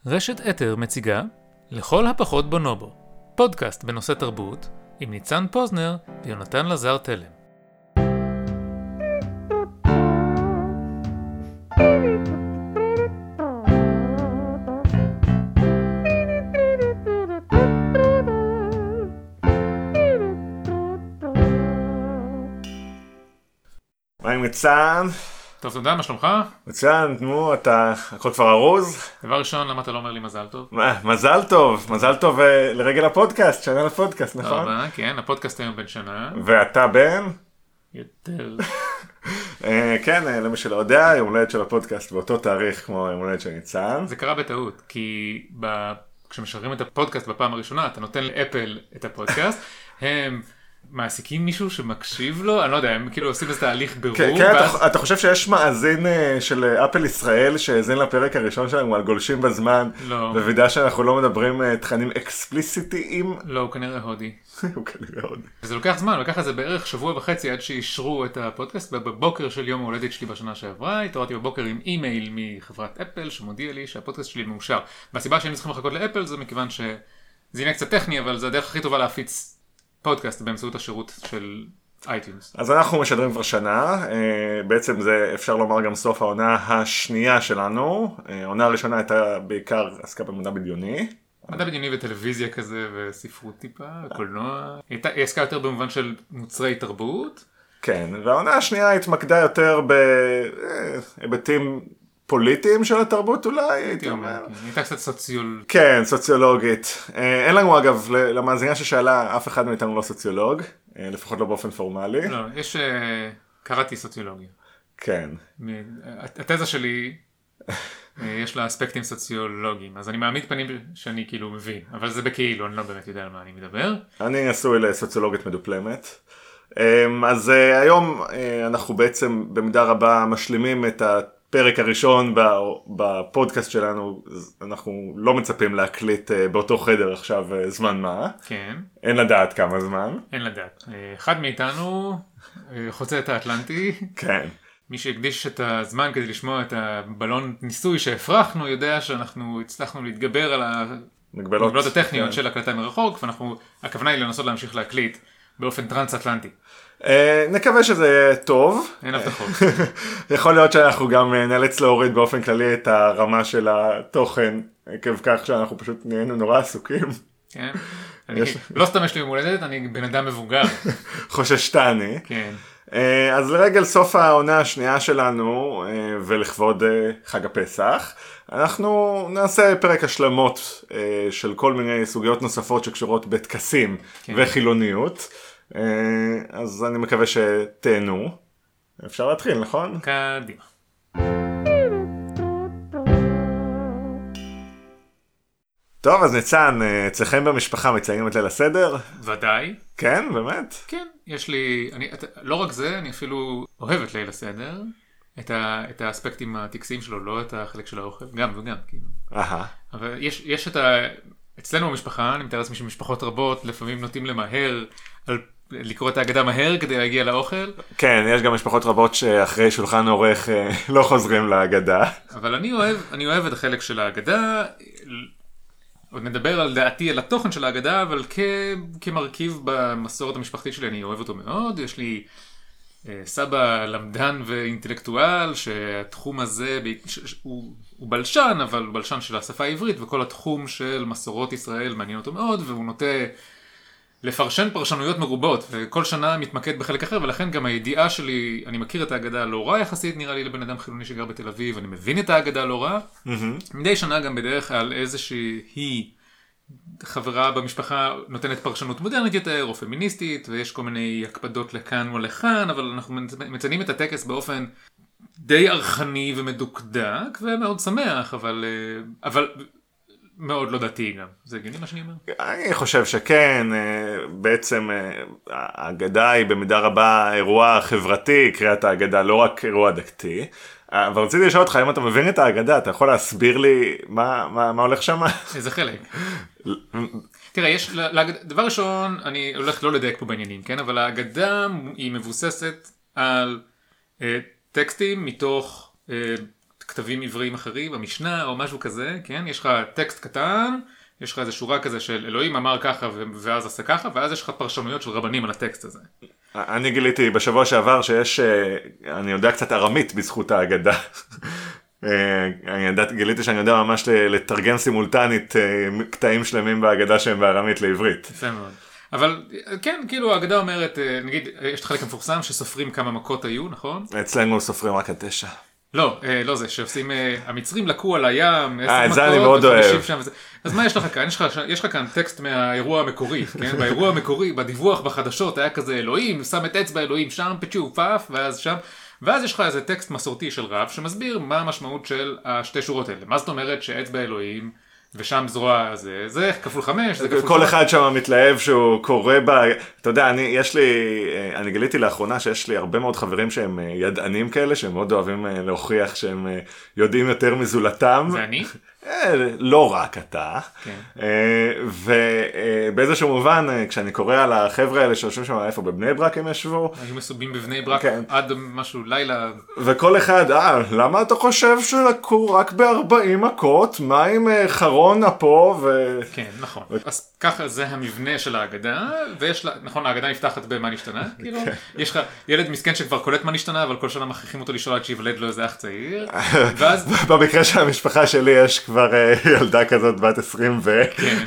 רשת אתר מציגה לכל הפחות בונובו, פודקאסט בנושא תרבות עם ניצן פוזנר ויונתן לזר תלם. מה עם ניצן? טוב, תודה, מה שלומך? ניצן, אתה הכל כבר ארוז? דבר ראשון, למה אתה לא אומר לי מזל טוב? מזל טוב לרגל הפודקאסט, שנה לפודקאסט, נכון? תודה, כן, הפודקאסט היום בן שנה. ואתה בן? יותר. כן, למי שלא יודע, יום הולדת של הפודקאסט באותו תאריך כמו יום הולדת של ניצן. זה קרה בטעות, כי כשמשדרים את הפודקאסט בפעם הראשונה, אתה נותן לאפל את הפודקאסט, הם מעסיקים מישהו שמקשיב לו, אני לא יודע, הם כאילו עושים איזה תהליך בירור. כן, אתה חושב שיש מאזין של אפל ישראל שהאזין לפרק הראשון שלנו על גולשים בזמן, ווידא שאנחנו לא מדברים תכנים אקספליסיטיים? לא, הוא כנראה הודי. הוא כנראה הודי. וזה לוקח זמן, לקח את זה בערך שבוע וחצי עד שאישרו את הפודקאסט, ובבוקר של יום ההולדת שלי בשנה שעברה, התעוררתי בבוקר עם אימייל מחברת אפל שמודיע לי שהפודקאסט שלי מאושר. והסיבה שהם צריכים לחכות לאפל זה מכיוון שזה יהיה קצת טכני, אבל זה הדרך הכי טובה להפיץ פודקאסט באמצעות השירות של אייטיונס. אז אנחנו משדרים כבר שנה, בעצם זה אפשר לומר גם סוף העונה השנייה שלנו. העונה הראשונה הייתה בעיקר עסקה במדע בדיוני. מדע בדיוני וטלוויזיה כזה וספרות טיפה, קולנוע. היא עסקה יותר במובן של מוצרי תרבות. כן, והעונה השנייה התמקדה יותר בהיבטים פוליטיים של התרבות אולי, הייתי אומר. הייתה קצת כן, סוציולוגית. אין לנו אגב, למאזינה ששאלה, אף אחד מאיתנו לא סוציולוג, לפחות לא באופן פורמלי. לא, קראתי סוציולוגיה. כן. התזה שלי, יש לה אספקטים סוציולוגיים, אז אני מעמיד פנים שאני כאילו מבין, אבל זה בכאילו, אני לא באמת יודע על מה אני מדבר. אני נשוי לסוציולוגית מדופלמת. אז היום אנחנו בעצם במידה רבה משלימים את הפרק הראשון בפודקאסט שלנו. אנחנו לא מצפים להקליט באותו חדר עכשיו זמן מה. כן. אין לדעת כמה זמן. אין לדעת. אחד מאיתנו חוצה את האטלנטי. כן. מי שהקדיש את הזמן כדי לשמוע את הבלון ניסוי שהפרחנו, יודע שאנחנו הצלחנו להתגבר על המגבלות הטכניות של הקלטה מרחוק, והכוונה היא לנסות להמשיך להקליט באופן טרנס-אטלנטי. נקווה שזה יהיה טוב. אין הבטחות. יכול להיות שאנחנו גם נאלץ להוריד באופן כללי את הרמה של התוכן, עקב כך שאנחנו פשוט נהיינו נורא עסוקים. כן. לא סתם יש לי יום הולדת, אני בן אדם מבוגר. חוששתני. כן. אז לרגל סוף העונה השנייה שלנו, ולכבוד חג הפסח, אנחנו נעשה פרק השלמות של כל מיני סוגיות נוספות שקשורות בטקסים וחילוניות. אז אני מקווה שתהנו. אפשר להתחיל, נכון? קדימה. טוב, אז ניצן, אצלכם במשפחה מציינים את ליל הסדר? ודאי. כן, באמת? כן, יש לי, לא רק זה, אני אפילו אוהב את ליל הסדר, את האספקטים הטקסיים שלו, לא את החלק של האוכל, גם וגם, כאילו. אבל יש אצלנו במשפחה, אני מתאר לעצמי שמשפחות רבות, לפעמים נוטים למהר, לקרוא את ההגדה מהר כדי להגיע לאוכל. כן, יש גם משפחות רבות שאחרי שולחן עורך לא חוזרים להגדה. אבל אני אוהב את החלק של ההגדה, עוד נדבר על דעתי על התוכן של ההגדה, אבל כמרכיב במסורת המשפחתית שלי אני אוהב אותו מאוד. יש לי סבא למדן ואינטלקטואל, שהתחום הזה הוא בלשן, אבל הוא בלשן של השפה העברית, וכל התחום של מסורות ישראל מעניין אותו מאוד, והוא נוטה לפרשן פרשנויות מרובות, וכל שנה מתמקד בחלק אחר, ולכן גם הידיעה שלי, אני מכיר את ההגדה לא רע יחסית, נראה לי לבן אדם חילוני שגר בתל אביב, אני מבין את ההגדה לא רע. מדי שנה גם בדרך כלל איזושהי חברה במשפחה נותנת פרשנות מודרנית יותר, או פמיניסטית, ויש כל מיני הקפדות לכאן או לכאן, אבל אנחנו מציינים את הטקס באופן די ערכני ומדוקדק, ומאוד שמח, אבל מאוד לא דתי גם. זה הגיוני מה שאני אומר? אני חושב שכן, בעצם ההגדה היא במידה רבה אירוע חברתי, קריאת ההגדה, לא רק אירוע דתי. אבל רציתי לשאול אותך, אם אתה מבין את ההגדה, אתה יכול להסביר לי מה הולך שם? איזה חלק? תראה, דבר ראשון, אני הולך לא לדייק פה בעניינים, כן? אבל ההגדה היא מבוססת על טקסטים מתוך כתבים עבריים אחרים, במשנה או משהו כזה, כן? יש לך טקסט קטן, יש לך איזו שורה כזה של אלוהים אמר ככה ואז עשה ככה, ואז יש לך פרשנויות של רבנים על הטקסט הזה. אני גיליתי בשבוע שעבר שיש, אני יודע קצת ארמית בזכות ההגדה. גיליתי שאני יודע ממש לתרגם סימולטנית קטעים שלמים בהגדה שהם בארמית לעברית. יפה מאוד. אבל כן, כאילו ההגדה אומרת, נגיד, יש את החלק המפורסם שסופרים כמה מכות היו, נכון? אצלנו סופרים רק 9. לא זה, שעושים, המצרים לקו על הים, 10 את זה אני מאוד אוהב. אז מה יש לך כאן? יש לך כאן טקסט מהאירוע המקורי, כן? באירוע המקורי, בדיווח בחדשות היה כזה אלוהים, שם את אצבע אלוהים שם, פצ'ו, פאף, ואז שם, ואז יש לך איזה טקסט מסורתי של רב שמסביר מה המשמעות של השתי שורות האלה. מה זאת אומרת שאצבע אלוהים ושם זרוע זה כפול 5, זה כפול 5. כל אחד שם מתלהב שהוא קורא אתה יודע, אני גיליתי לאחרונה שיש לי הרבה מאוד חברים שהם ידענים כאלה, שהם מאוד אוהבים להוכיח שהם יודעים יותר מזולתם. זה אני? לא רק אתה. ובאיזשהו מובן, כשאני קורא על החבר'ה האלה שיושבים שם, איפה בבני ברק הם ישבו? היו מסובים בבני ברק עד משהו לילה. וכל אחד, למה אתה חושב שלקו רק ב-40 מכות? מה עם חרון אפו? כן, נכון. אז ככה זה המבנה של ההגדה, ויש לה, נכון, ההגדה נפתחת במה נשתנה, כאילו, יש לך ילד מסכן שכבר קולט מה נשתנה, אבל כל שנה מכריחים אותו לשאול עד שיוולד לו איזה אח צעיר, ואז... במקרה של המשפחה שלי יש כבר ילדה כזאת בת 20 כן.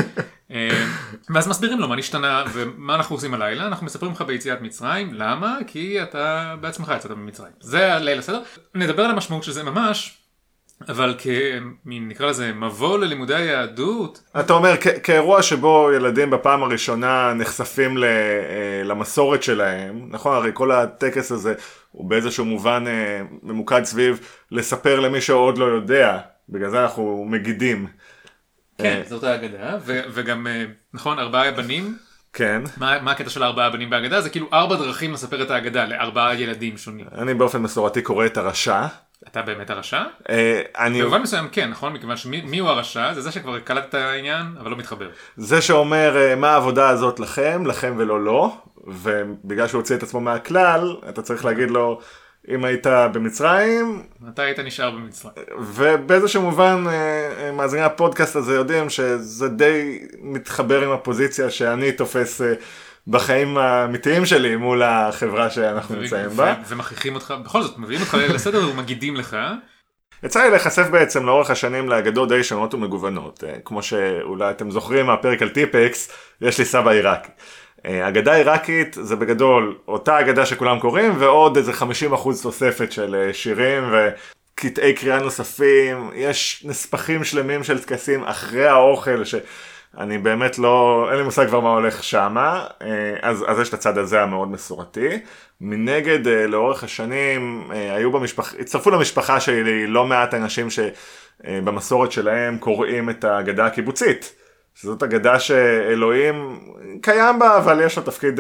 ואז מסבירים לו מה נשתנה ומה אנחנו עושים הלילה, אנחנו מספרים לך ביציאת מצרים, למה? כי אתה בעצמך יצאת במצרים. זה הלילה, בסדר? נדבר על המשמעות של זה ממש, אבל נקרא לזה מבוא ללימודי היהדות. אתה אומר, כאירוע שבו ילדים בפעם הראשונה נחשפים למסורת שלהם, נכון? הרי כל הטקס הזה הוא באיזשהו מובן ממוקד סביב לספר למי שעוד לא יודע, בגלל זה אנחנו מגידים. כן, זאת ההגדה, וגם, נכון, 4 בנים. כן. מה הקטע של 4 בנים בהגדה? זה כאילו 4 דרכים לספר את ההגדה ל4 ילדים שונים. אני באופן מסורתי קורא את הרשע. אתה באמת הרשע? במובן מסוים כן, נכון? מכיוון שמי הוא הרשע? זה שכבר קלט את העניין, אבל לא מתחבר. זה שאומר מה העבודה הזאת לכם ולא לא, ובגלל שהוא הוציא את עצמו מהכלל, אתה צריך להגיד לו, אם היית במצרים... אתה היית נשאר במצרים. ובאיזשהו מובן, מאזיני הפודקאסט הזה יודעים שזה די מתחבר עם הפוזיציה שאני תופס בחיים האמיתיים שלי מול החברה שאנחנו נמצאים בה. ומכריחים אותך, בכל זאת, מביאים אותך לסדר ומגידים לך. יצא לי להיחשף בעצם לאורך השנים לאגדות די שונות ומגוונות. כמו שאולי אתם זוכרים מהפרק על טיפקס, יש לי סבא עיראקי. אגדה עיראקית זה בגדול אותה אגדה שכולם קוראים, ועוד איזה 50% תוספת של שירים וקטעי קריאה נוספים. יש נספחים שלמים של טקסים אחרי האוכל שאני באמת לא, אין לי מושג כבר מה הולך שמה, אז יש את הצד הזה המאוד מסורתי. מנגד לאורך השנים הצטרפו למשפחה שלי לא מעט אנשים שבמסורת שלהם קוראים את האגדה הקיבוצית. שזאת אגדה שאלוהים קיים בה, אבל יש לו תפקיד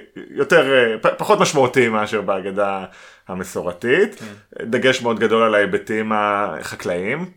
פחות משמעותי מאשר באגדה המסורתית. דגש מאוד גדול על ההיבטים החקלאיים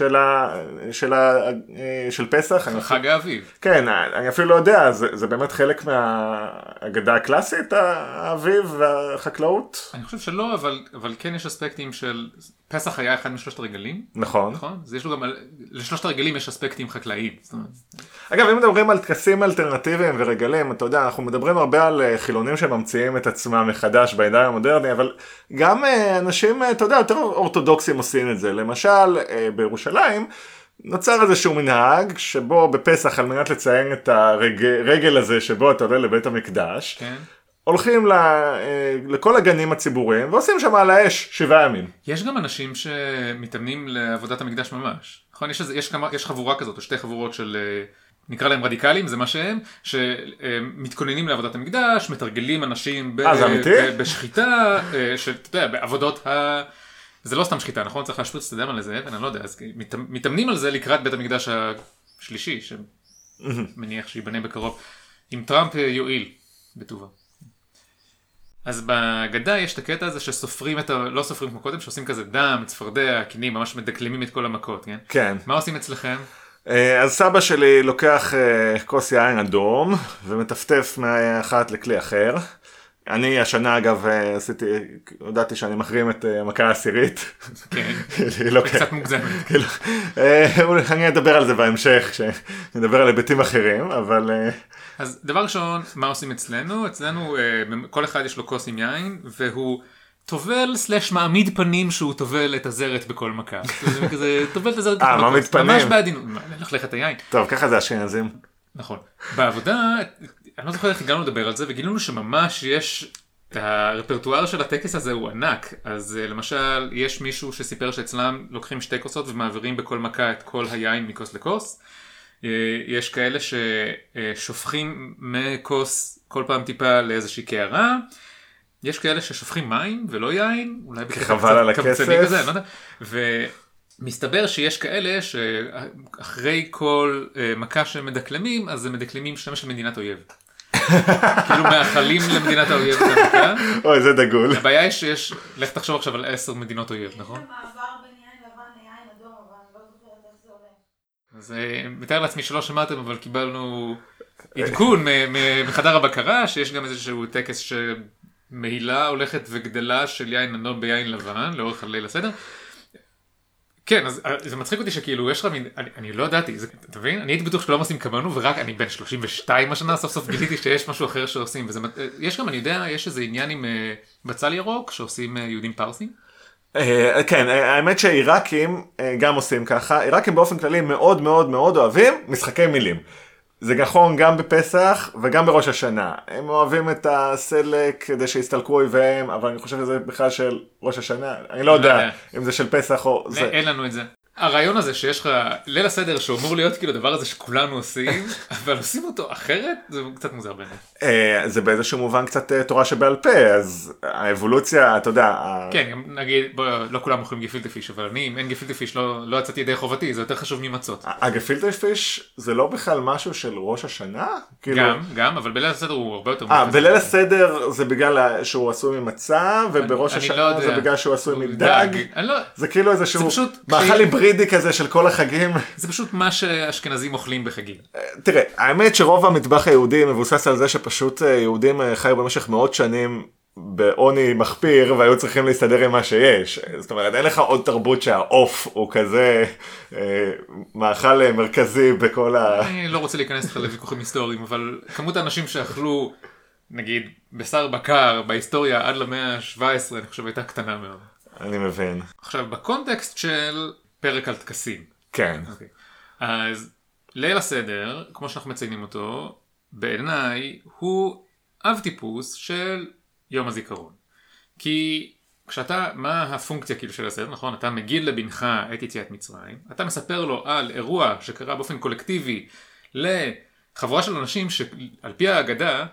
של פסח. חג האביב. כן, אני אפילו לא יודע, זה באמת חלק מהאגדה הקלאסית, האביב והחקלאות? אני חושב שלא, אבל כן יש אספקטים של... פסח היה אחד משלושת הרגלים. נכון. אז יש לו גם, לשלושת הרגלים יש אספקטים חקלאיים. אגב, אם מדברים על טקסים אלטרנטיביים ורגלים, אתה יודע, אנחנו מדברים הרבה על חילונים שממציאים את עצמם מחדש בעידן המודרני, אבל גם אנשים, אתה יודע, יותר אורתודוקסים עושים את זה. למשל, בירושלים, נוצר איזשהו מנהג שבו בפסח, על מנת לציין את הרגל הזה שבו אתה עולה לבית המקדש, כן. הולכים לכל הגנים הציבוריים ועושים שם על האש 7 ימים. יש גם אנשים שמתאמנים לעבודת המקדש ממש. נכון? יש חבורה כזאת, או 2 חבורות של, נקרא להם רדיקלים, זה מה שהם, שמתכוננים לעבודת המקדש, מתרגלים אנשים בשחיטה, שאתה יודע, בעבודות זה לא סתם שחיטה, נכון? צריך להשפריץ את הדם על איזה אבן, אני לא יודע, אז מתאמנים על זה לקראת בית המקדש השלישי, שמניח שיבנה בקרוב, אם טראמפ יועיל בטובה. אז בהגדה יש את הקטע הזה שסופרים לא סופרים כמו קודם, שעושים כזה דם, צפרדע, קינים, ממש מדקלמים את כל המכות, כן? כן. מה עושים אצלכם? אז סבא שלי לוקח כוס יין אדום, ומטפטף מאחת לכלי אחר, אני השנה אגב הודעתי שאני מחרים את המכה העשירית. כן, לא קצת מוגזמת. אני אדבר על זה בהמשך, כשנדבר על היבטים אחרים, אבל... אז דבר ראשון, מה עושים אצלנו? אצלנו כל אחד יש לו כוס עם יין, והוא טובל / מעמיד פנים שהוא טובל את הזרת בכל מכה. זה כזה, טובל את הזרת בכל מעמיד כוס. פנים. ממש בעדינות, ללכלך את היין. טוב, ככה זה אשכנזים. נכון. בעבודה, אני לא זוכר איך הגענו לדבר על זה, וגילינו שממש יש, הרפרטואר של הטקס הזה הוא ענק. אז למשל, יש מישהו שסיפר שאצלם לוקחים 2 כוסות ומעבירים בכל מכה את כל היין מכוס לכוס. יש כאלה ששופכים מכוס כל פעם טיפה לאיזושהי קערה. יש כאלה ששופכים מים ולא יין, אולי חבל על הכסף. כזה, אני לא יודע. ומסתבר שיש כאלה שאחרי כל מכה שמדקלמים, אז הם מדקלמים שם של מדינת אויב. כאילו מאחלים למדינת האויב את המכה. אוי, זה דגול. הבעיה היא שיש, לך תחשוב עכשיו על 10 מדינות אויב, נכון? יש מעבר בין יין לבן ליין אדום, אבל אני לא זוכרת איך זה הולך. אז מתאר לעצמי שלא שמעתם, אבל קיבלנו עדכון מחדר הבקרה, שיש גם איזשהו טקס שמהילה הולכת וגדלה של יין אדום ביין לבן, לאורך הליל הסדר. כן, אז זה מצחיק אותי שכאילו יש לך מין, אני לא ידעתי, אתה מבין? אני הייתי בטוח שלא עושים כמונו, ורק אני בן 32 השנה, סוף סוף גיליתי שיש משהו אחר שעושים, יש גם, אני יודע, יש איזה עניין עם בצל ירוק, שעושים יהודים פרסים? כן, האמת שעיראקים גם עושים ככה, עיראקים באופן כללי מאוד מאוד מאוד אוהבים משחקי מילים. זה נכון גם בפסח וגם בראש השנה. הם אוהבים את הסלק כדי שיסתלקו אויביהם, אבל אני חושב שזה בכלל של ראש השנה. אני לא יודע אם זה של פסח או זה. אין לנו את זה. הרעיון הזה שיש לך ליל הסדר שאומור להיות כאילו דבר הזה שכולנו עושים, אבל עושים אותו אחרת, זה קצת מוזר באמת. זה באיזשהו מובן קצת תורה שבעל פה, אז האבולוציה, אתה יודע... כן, נגיד, לא כולם אוכלים גפילטע פיש, אבל אני, אם אין גפילטע פיש, לא יצאתי ידי חובתי, זה יותר חשוב ממצות. הגפילטע פיש זה לא בכלל משהו של ראש השנה? גם, אבל בליל הסדר הוא הרבה יותר... בליל הסדר זה בגלל שהוא עשוי ממצה, ובראש השנה זה בגלל שהוא עשוי מדג. זה כאילו איזשהו מאכל היברידי כזה של כל החגים. זה פשוט מה שאשכנזים אוכלים בחגים. תראה, האמת שרוב המטבח היהודי מבוסס על זה שפשוט יהודים חיו במשך מאות שנים בעוני מחפיר, והיו צריכים להסתדר עם מה שיש. זאת אומרת, אין לך עוד תרבות שהעוף הוא כזה מאכל מרכזי בכל אני לא רוצה להיכנס לך לוויכוחים היסטוריים, אבל כמות האנשים שאכלו, נגיד, בשר בקר בהיסטוריה עד למאה ה-17, אני חושב הייתה קטנה מאוד. אני מבין. עכשיו, בקונטקסט של פרק על טקסים. כן. אז ליל הסדר, כמו שאנחנו מציינים אותו, בעיניי הוא אב טיפוס של יום הזיכרון. כי כשאתה, מה הפונקציה כאילו של הסדר, נכון? אתה מגיל לבנך את יציאת מצרים, אתה מספר לו על אירוע שקרה באופן קולקטיבי לחבורה של אנשים שעל פי ההגדה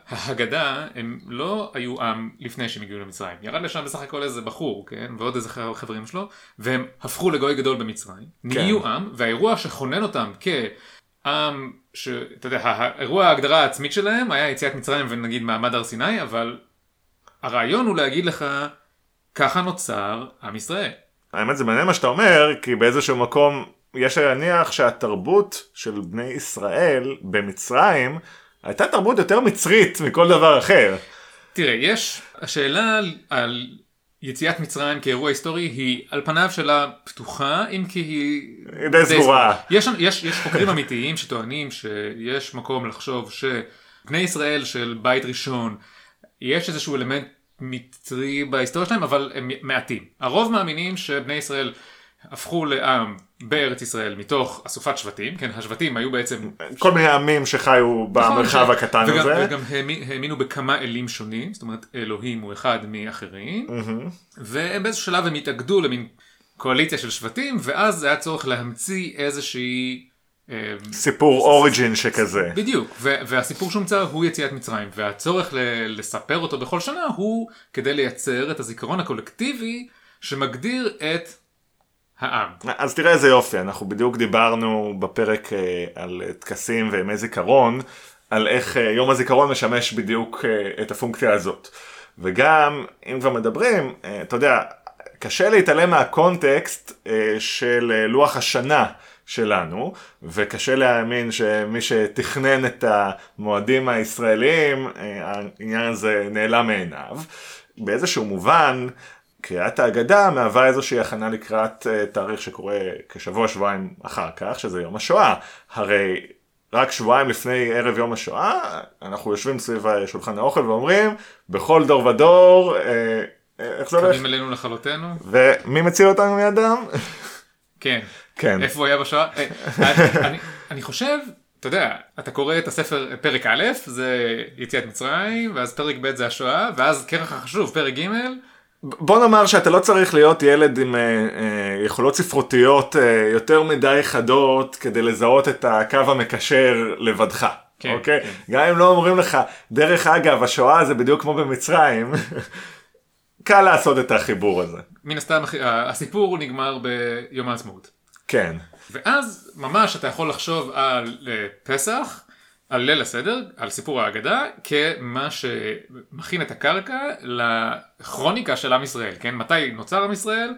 הם לא היו עם לפני שהם הגיעו למצרים. ירד לשם בסך הכל איזה בחור, כן? ועוד איזה חברים שלו, והם הפכו לגוי גדול במצרים, נהיו עם, והאירוע שכונן אותם כעם, שאתה יודע, האירוע ההגדרה העצמית שלהם היה יציאת מצרים ונגיד מעמד הר סיני, אבל הרעיון הוא להגיד לך, ככה נוצר עם ישראל. האמת זה מעניין מה שאתה אומר, כי באיזשהו מקום יש להניח שהתרבות של בני ישראל במצרים הייתה תרבות יותר מצרית מכל דבר אחר. תראה, יש השאלה על יציאת מצרים כאירוע היסטורי היא על פניו שלה פתוחה, אם כי היא די סגורה. יש חוקרים אמיתיים שטוענים שיש מקום לחשוב שבני ישראל של בית ראשון, יש איזשהו אלמנט מצרי בהיסטוריה שלהם, אבל הם מעטים. הרוב מאמינים שבני ישראל הפכו לעם בארץ ישראל מתוך אסופת שבטים, כן, השבטים היו בעצם... כל מיני עמים שחיו במרחב הקטן הזה. וגם האמינו בכמה אלים שונים, זאת אומרת אלוהים הוא אחד מאחרים, והם באיזשהו שלב הם התאגדו למין קואליציה של שבטים, ואז היה צורך להמציא איזושהי... סיפור אוריג'ין שכזה. בדיוק, והסיפור שהומצא הוא יציאת מצרים, והצורך לספר אותו בכל שנה הוא כדי לייצר את הזיכרון הקולקטיבי שמגדיר את העם. אז תראה איזה יופי, אנחנו בדיוק דיברנו בפרק על טקסים וימי זיכרון, על איך יום הזיכרון משמש בדיוק את הפונקציה הזאת. וגם, אם כבר מדברים, אתה יודע, קשה להתעלם מהקונטקסט של לוח השנה שלנו, וקשה להאמין שמי שתכנן את המועדים הישראלים, העניין הזה נעלם מעיניו. באיזשהו מובן, קריאת ההגדה מהווה איזושהי הכנה לקראת תאריך שקורה כשבוע-שבועיים אחר כך, שזה יום השואה. הרי רק שבועיים לפני ערב יום השואה, אנחנו יושבים סביב שולחן האוכל ואומרים, בכל דור ודור, איך זה הולך? קמים אלינו לכלותנו. ומי מציל אותנו מידם? כן. כן. איפה הוא היה בשואה? אני חושב, אתה יודע, אתה קורא את הספר פרק א', זה יציאת מצרים, ואז פרק ב' זה השואה, ואז כרך החשוב, פרק ג'. בוא נאמר שאתה לא צריך להיות ילד עם יכולות ספרותיות יותר מדי חדות כדי לזהות את הקו המקשר לבדך. כן, אוקיי? כן. גם אם לא אומרים לך, דרך אגב, השואה זה בדיוק כמו במצרים, קל לעשות את החיבור הזה. מן הסתם, הסיפור נגמר ביום העצמאות. כן. ואז ממש אתה יכול לחשוב על פסח, על ליל הסדר, על סיפור ההגדה, כמה שמכין את הקרקע לכרוניקה של עם ישראל, כן? מתי נוצר עם ישראל?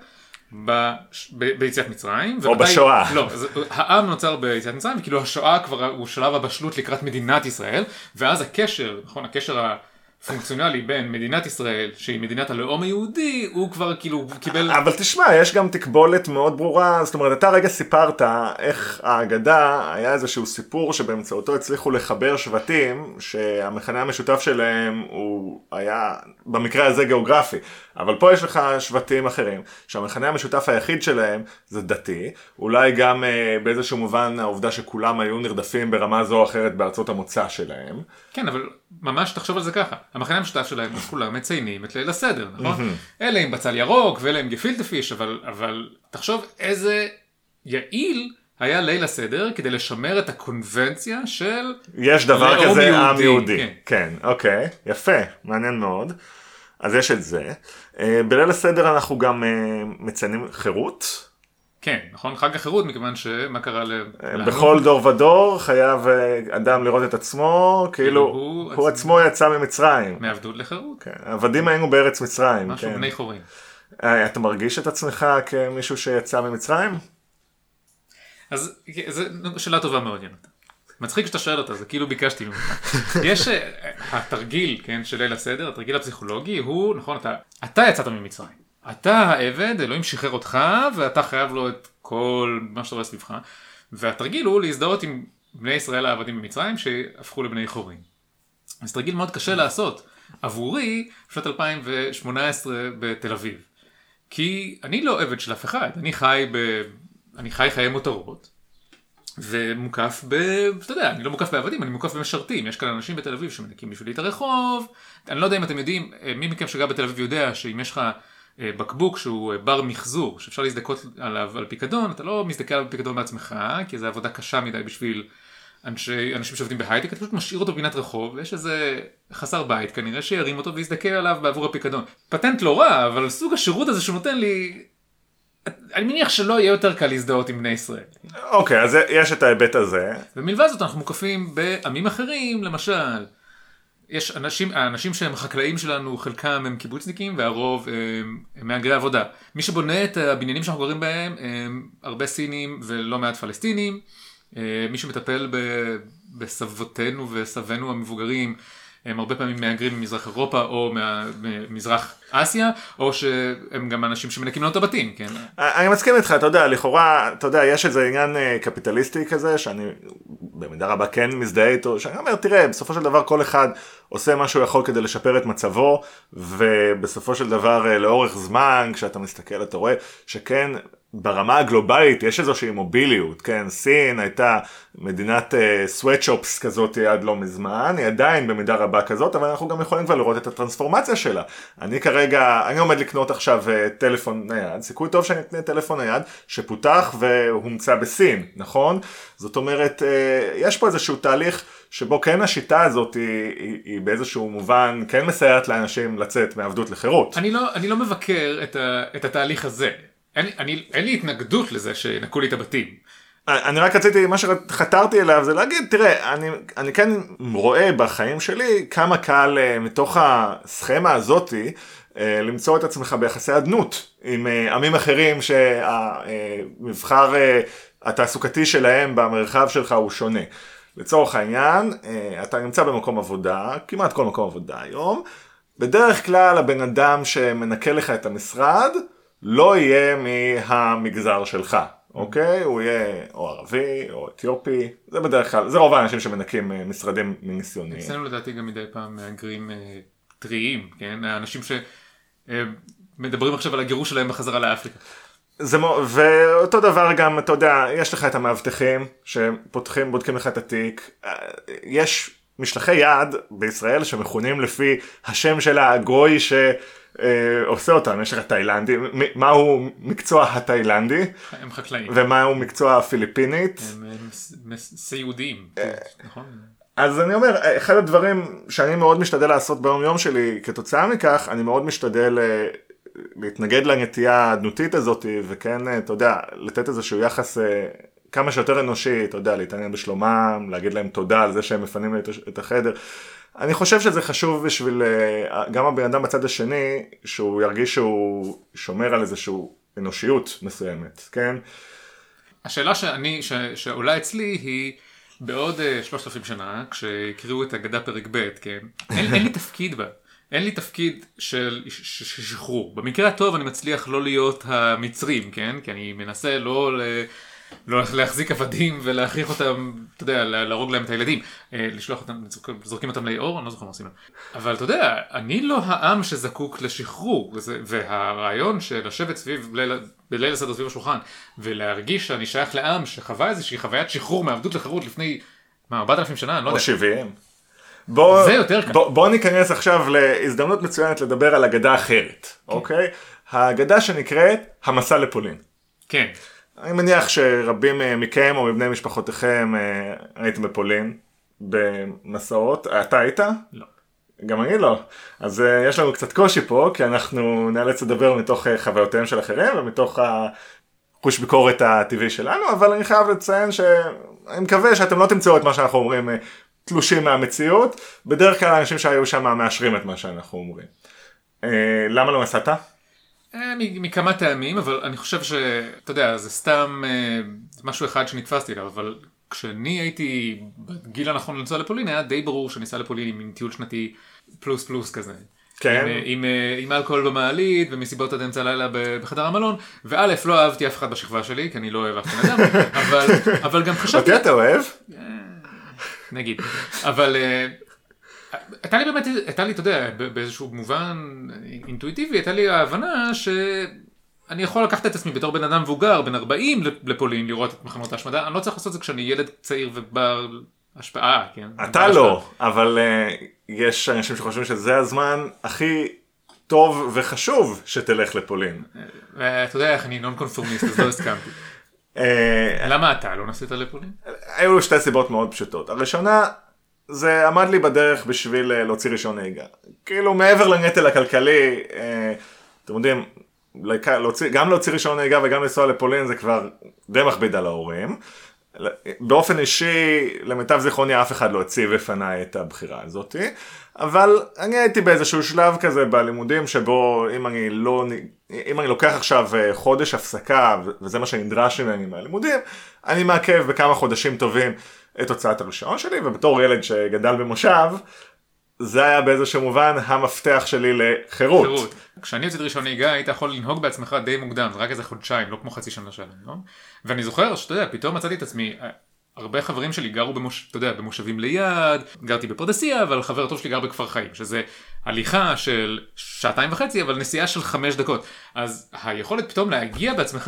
ביציאת מצרים. או בשואה. לא, העם נוצר ביציאת מצרים, וכאילו השואה כבר הוא שלב הבשלות לקראת מדינת ישראל, ואז הקשר, נכון, הקשר הפונקציונלי בין מדינת ישראל, שהיא מדינת הלאום היהודי, הוא כבר כאילו קיבל... אבל תשמע, יש גם תקבולת מאוד ברורה, זאת אומרת, אתה רגע סיפרת איך ההגדה היה איזשהו סיפור שבאמצעותו הצליחו לחבר שבטים, שהמכנה המשותף שלהם הוא היה במקרה הזה גיאוגרפי, אבל פה יש לך שבטים אחרים, שהמכנה המשותף היחיד שלהם זה דתי, אולי גם באיזשהו מובן העובדה שכולם היו נרדפים ברמה זו או אחרת בארצות המוצא שלהם. כן, אבל ממש תחשוב על זה ככה. המכנה המשותף שלהם, כולם מציינים את ליל הסדר, נכון? אלה עם בצל ירוק ואלה עם גפילטע פיש, אבל תחשוב איזה יעיל היה ליל הסדר כדי לשמר את הקונבנציה של... יש דבר כזה עם יהודי. כן. כן, אוקיי, יפה, מעניין מאוד. אז יש את זה. בליל הסדר אנחנו גם מציינים חירות. כן, נכון? חג החירות, מכיוון שמה קרה בכל דור ודור חייב אדם לראות את עצמו, כאילו הוא עצמו יצא ממצרים. מעבדות לחירות. כן, עבדים היינו בארץ מצרים. משהו כן. בני חורים. אתה מרגיש את עצמך כמישהו שיצא ממצרים? אז זו שאלה טובה מאוד, יונתן. מצחיק שאתה שואל אותה, זה כאילו ביקשתי ממך. יש התרגיל, כן, של ליל הסדר, התרגיל הפסיכולוגי הוא, נכון, אתה יצאת ממצרים. אתה העבד, אלוהים שחרר אותך, ואתה חייב לו את כל מה שאתה רואה סביבך. והתרגיל הוא להזדהות עם בני ישראל העבדים במצרים, שהפכו לבני חורים. אז תרגיל מאוד קשה לעשות. עבורי, בשנת 2018 בתל אביב. כי אני לא עבד של אף אחד, אני חי חיי מותרות. ומוקף אתה יודע, אני לא מוקף בעבדים, אני מוקף במשרתים. יש כאן אנשים בתל אביב שמנקים בשבילי את הרחוב. אני לא יודע אם אתם יודעים, מי מכם שגר בתל אביב יודע שאם יש לך בקבוק שהוא בר מחזור, שאפשר להזדקות עליו על פיקדון, אתה לא מזדקה עליו פיקדון בעצמך, כי זו עבודה קשה מדי בשביל אנשים שעובדים בהייטק, אתה פשוט משאיר אותו בפינת רחוב, ויש איזה חסר בית כנראה שירים אותו ויזדקה עליו בעבור הפיקדון. פטנט לא רע, אבל סוג השירות הזה שהוא נותן לי... אני מניח שלא יהיה יותר קל להזדהות עם בני ישראל. אוקיי, אז יש את ההיבט הזה. ומלבד זאת אנחנו מוקפים בעמים אחרים, למשל, יש האנשים שהם החקלאים שלנו, חלקם הם קיבוצניקים והרוב הם מהגרי עבודה. מי שבונה את הבניינים שאנחנו גרים בהם, הם הרבה סינים ולא מעט פלסטינים. מי שמטפל בסבותינו וסבינו המבוגרים, הם הרבה פעמים מהגרים ממזרח אירופה או ממזרח אסיה, או שהם גם אנשים שמנקים לנו את הבתים, כן? אני מסכים איתך, אתה יודע, לכאורה, אתה יודע, יש איזה עניין קפיטליסטי כזה, שאני במידה רבה כן מזדהה איתו, שאני אומר, תראה, בסופו של דבר כל אחד עושה מה שהוא יכול כדי לשפר את מצבו, ובסופו של דבר לאורך זמן, כשאתה מסתכל, אתה רואה שכן, ברמה הגלובלית יש איזושהי מוביליות, כן, סין הייתה מדינת סוואטשופס כזאת עד לא מזמן, היא עדיין במידה רבה כזאת, אבל אנחנו גם יכולים כבר לראות את הטרנספורמציה שלה. אני עומד לקנות עכשיו טלפון נייד, סיכוי טוב שאני אקנה טלפון נייד שפותח והומצא בסין, נכון? זאת אומרת, יש פה איזשהו תהליך שבו כן השיטה הזאת היא באיזשהו מובן כן מסייעת לאנשים לצאת מעבדות לחירות. אני לא מבקר את התהליך הזה. אין לי התנגדות לזה שנקו לי את הבתים. אני רק רציתי, מה שחתרתי אליו זה להגיד, תראה, אני כן רואה בחיים שלי כמה קל מתוך הסכמה הזאת למצוא את עצמך ביחסי עדנות עם עמים אחרים שהמבחר התעסוקתי שלהם במרחב שלך הוא שונה. לצורך העניין, אתה נמצא במקום עבודה, כמעט כל מקום עבודה היום, בדרך כלל הבן אדם שמנקה לך את המשרד, לא יהיה מהמגזר שלך, אוקיי? הוא יהיה או ערבי או אתיופי, זה בדרך כלל, זה רוב האנשים שמנקים משרדים מניסיוניים. אצלנו לדעתי גם מדי פעם מהגרים טריים, כן? האנשים שמדברים עכשיו על הגירוש שלהם בחזרה לאפריקה. ואותו דבר גם, אתה יודע, יש לך את המאבטחים שפותחים, בודקים לך את התיק, יש משלחי יד בישראל שמכונים לפי השם של הגוי שעושה אותם, יש לך תאילנדי, מהו מקצוע התאילנדי? הם חקלאים. ומהו מקצוע הפיליפינית? הם סיעודיים, נכון? אז אני אומר, אחד הדברים שאני מאוד משתדל לעשות ביום יום שלי, כתוצאה מכך, אני מאוד משתדל להתנגד לנטייה האדנותית הזאת, וכן, אתה יודע, לתת איזשהו יחס כמה שיותר אנושי, אתה יודע, להתעניין בשלומם, להגיד להם תודה על זה שהם מפנים את החדר. אני חושב שזה חשוב בשביל גם הבן אדם בצד השני, שהוא ירגיש שהוא שומר על איזשהו אנושיות מסוימת, כן? השאלה שעולה אצלי היא, בעוד 3,000 שנה, כשהקריאו את אגדה פרק ב', כן? אין לי תפקיד בה. אין לי תפקיד של שחרור. במקרה הטוב אני מצליח לא להיות המצרים, כן? כי אני מנסה לא להחזיק עבדים ולהכריח אותם, אתה יודע, להרוג להם את הילדים. לשלוח אותם, זורקים אותם לאור, אני לא זוכר מה עושים. אבל אתה יודע, אני לא העם שזקוק לשחרור. והרעיון של לשבת בליל הסדר סביב השולחן, ולהרגיש שאני שייך לעם שחווה איזושהי חוויית שחרור מעבדות לחירות לפני 4,000 שנה, אני לא יודע. או 70. בוא ניכנס עכשיו להזדמנות מצוינת לדבר על אגדה אחרת, אוקיי? האגדה שנקראת המסע לפולין. כן. אני מניח שרבים מכם או מבני משפחותיכם הייתם בפולין במסעות. אתה היית? לא. גם אני לא. אז יש לנו קצת קושי פה, כי אנחנו נאלץ לדבר מתוך חוויותיהם של אחרים ומתוך חוש ביקורת הטבעי שלנו, אבל אני חייב לציין שאני מקווה שאתם לא תמצאו את מה שאנחנו אומרים תלושים מהמציאות. בדרך כלל האנשים שהיו שם מאשרים את מה שאנחנו אומרים. למה לא נסעת? מכמה טעמים, אבל אני חושב שאתה יודע, זה סתם משהו אחד שנתפסתי אליו, אבל כשאני הייתי בגיל הנכון לנסוע לפולין, היה די ברור שניסע לפולין עם טיול שנתי פלוס פלוס כזה. כן. עם אלכוהול במעלית ומסיבות עד אמצע הלילה בחדר המלון, וא' לא אהבתי אף אחד בשכבה שלי, כי אני לא אוהב אף אחד אדם, אבל גם חשבתי... אותי אתה אוהב? נגיד, אבל הייתה לי, אתה יודע, באיזשהו מובן אינטואיטיבי, הייתה לי ההבנה שאני יכול לקחת את עצמי בתור בן אדם מבוגר, בן 40 לפולין, לראות את מחנות ההשמדה. אני לא צריך לעשות את זה כשאני ילד צעיר ובר השפעה, כן? אתה לא, אבל יש אנשים שחושבים שזה הזמן הכי טוב וחשוב שתלך לפולין. אתה יודע איך אני נון קונפורמיסט, אז לא הסכמתי. למה אתה לא נסית לפולין? היו שתי סיבות מאוד פשוטות. הראשונה, זה עמד לי בדרך בשביל להוציא רישיון נהיגה. כאילו מעבר לנטל הכלכלי, אתם יודעים, גם להוציא רישיון נהיגה וגם לנסוע לפולין זה כבר די מכביד על ההורים. באופן אישי, למיטב זיכרוני, אף אחד לא הציב בפניי את הבחירה הזאת. אבל אני הייתי באיזשהו שלב כזה בלימודים שבו אם אני לוקח עכשיו חודש הפסקה, וזה מה שנדרש ממני מהלימודים, אני מעכב בכמה חודשים טובים את הוצאת הרישיון שלי, ובתור ילד שגדל במושב, זה היה באיזשהו מובן המפתח שלי לחירות. כשאני יוצאת רישיון נהיגה, היית יכול לנהוג בעצמך די מוקדם, זה רק איזה חודשיים, לא כמו חצי שנה שלנו, לא? ואני זוכר שאתה יודע, פתאום מצאתי את עצמי, הרבה חברים שלי גרו במושבים ליד, גרתי בפרדסיה, אבל חבר טוב שלי גר בכפר חיים, שזה הליכה של 2.5 שעות, אבל נסיעה של 5 דקות. אז היכולת פתאום להגיע בעצמך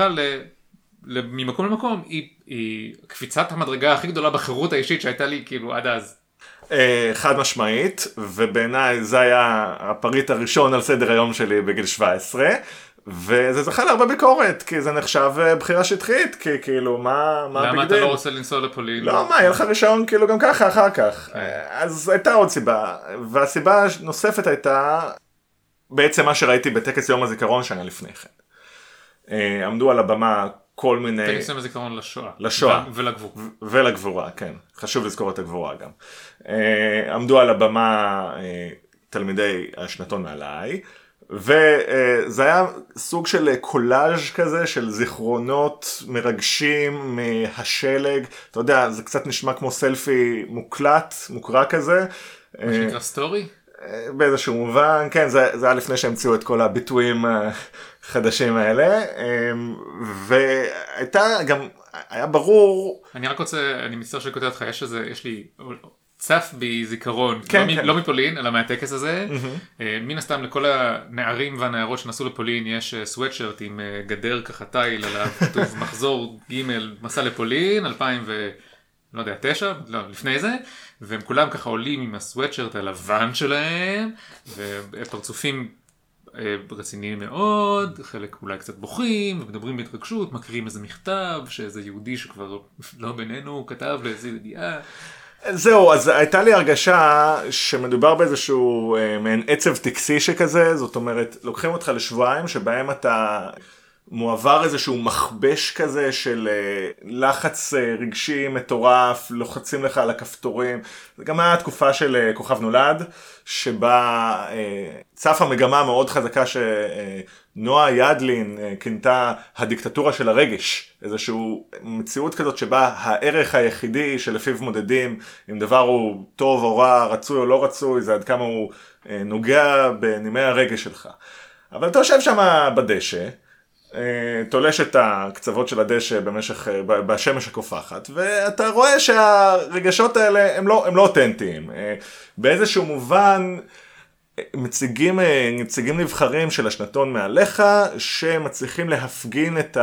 ממקום למקום, היא קפיצת המדרגה הכי גדולה בחירות האישית שהייתה לי כאילו עד אז. חד משמעית, ובעיניי זה היה הפריט הראשון על סדר היום שלי בגיל 17, וזה זכה להרבה ביקורת, כי זה נחשב בחירה שטחית, כי כאילו מה למה אתה לא רוצה לנסוע לפולין? לא, יהיה לך ראשון כאילו גם ככה אחר כך. אז הייתה עוד סיבה, והסיבה הנוספת הייתה בעצם מה שראיתי בטקס יום הזיכרון שנה לפני כן. עמדו על הבמה כל מיני... טקס יום הזיכרון לשואה. ולגבורה. ולגבורה, כן. חשוב לזכור את הגבורה גם. עמדו על הבמה תלמידי השנתון מעליי, וזה היה סוג של קולאז' כזה של זיכרונות מרגשים מהשלג, אתה יודע, זה קצת נשמע כמו סלפי מוקלט, מוקרא כזה. מה שנקרא סטורי? באיזשהו מובן, כן, זה היה לפני שהמציאו את כל הביטויים החדשים האלה, והייתה גם, היה ברור... אני רק רוצה, אני מצטער שאני כותב אותך, יש לי צף בי זיכרון, כן, לא מפולין, אלא מהטקס הזה. מן הסתם לכל הנערים והנערות שנסעו לפולין יש סוואטשרט עם גדר ככה טייל עליו, כתוב מחזור ג' מסע לפולין, 2009, לא, לפני זה, והם כולם ככה עולים עם הסוואטשרט הלבן שלהם, ופרצופים רציניים מאוד, חלק אולי קצת בוכים, ומדברים בהתרגשות, מקריאים איזה מכתב, שאיזה יהודי שכבר לא בינינו כתב לאיזו ידיעה. זהו, אז הייתה לי הרגשה שמדובר באיזשהו מעין עצב טקסי שכזה, זאת אומרת, לוקחים אותך לשבועיים שבהם אתה מועבר איזשהו מכבש כזה של לחץ רגשי מטורף, לוחצים לך על הכפתורים. זה גם היה תקופה של כוכב נולד, שבה צפה מגמה מאוד חזקה שנועה ידלין כינתה הדיקטטורה של הרגש. איזשהו מציאות כזאת שבה הערך היחידי שלפיו מודדים אם דבר הוא טוב או רע, רצוי או לא רצוי, זה עד כמה הוא נוגע בנימי הרגש שלך. אבל אתה יושב שם בדשא, תולש את הקצוות של הדשא בשמש הקופחת, ואתה רואה שהרגשות האלה הם לא אותנטיים. באיזשהו מובן מציגים נבחרים של השנתון מעליך, שמצליחים להפגין את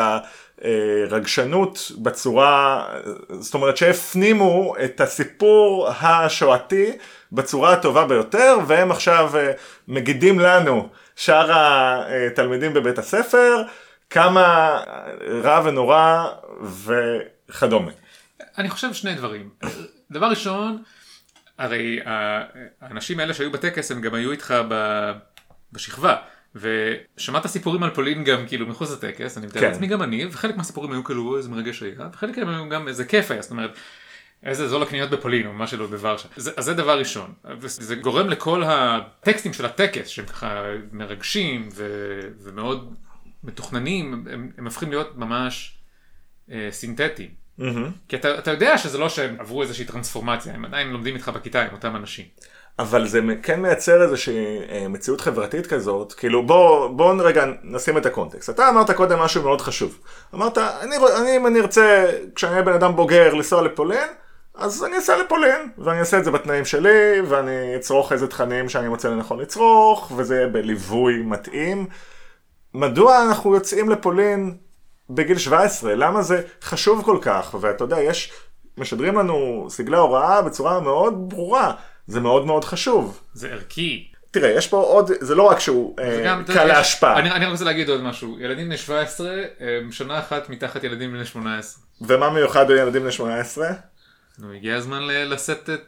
הרגשנות בצורה, זאת אומרת שהפנימו את הסיפור השואתי בצורה הטובה ביותר, והם עכשיו מגידים לנו, שאר התלמידים בבית הספר, כמה רע ונורא וכדומה. אני חושב שני דברים. דבר ראשון, הרי האנשים האלה שהיו בטקס הם גם היו איתך בשכבה, ושמעת סיפורים על פולין גם כאילו מחוץ לטקס, אני מתאר לעצמי גם אני, וחלק מהסיפורים היו כאילו איזה מרגש היה, וחלק מהם היו גם איזה כיף היה, זאת אומרת, איזה זול הקניות בפולין או מה שלא בוורשה. אז זה דבר ראשון. וזה גורם לכל הטקסטים של הטקס, שהם ככה מרגשים ומאוד מתוכננים, הם הופכים להיות ממש סינתטיים. כי אתה יודע שזה לא שהם עברו איזושהי טרנספורמציה, הם עדיין לומדים איתך בכיתה עם אותם אנשים. אבל זה כן מייצר איזושהי מציאות חברתית כזאת, כאילו בוא רגע נשים את הקונטקסט. אתה אמרת קודם משהו מאוד חשוב. אמרת, אם אני ארצה, כשאני אהיה בן אדם בוגר, לנסוע לפולין, אז אני אעשה לפולין, ואני אעשה את זה בתנאים שלי, ואני אצרוך איזה תכנים שאני מוצא לנכון לצרוך, וזה יהיה בליווי מתאים. מדוע אנחנו יוצאים לפולין בגיל 17? למה זה חשוב כל כך? ואתה יודע, משדרים לנו סגלי הוראה בצורה מאוד ברורה. זה מאוד מאוד חשוב. זה ערכי. תראה, יש פה עוד, זה לא רק שהוא קל להשפעה. אני רוצה להגיד עוד משהו. ילדים בני 17, שנה אחת מתחת ילדים בני 18. ומה מיוחד בילדים בני 18? הגיע הזמן לשאת את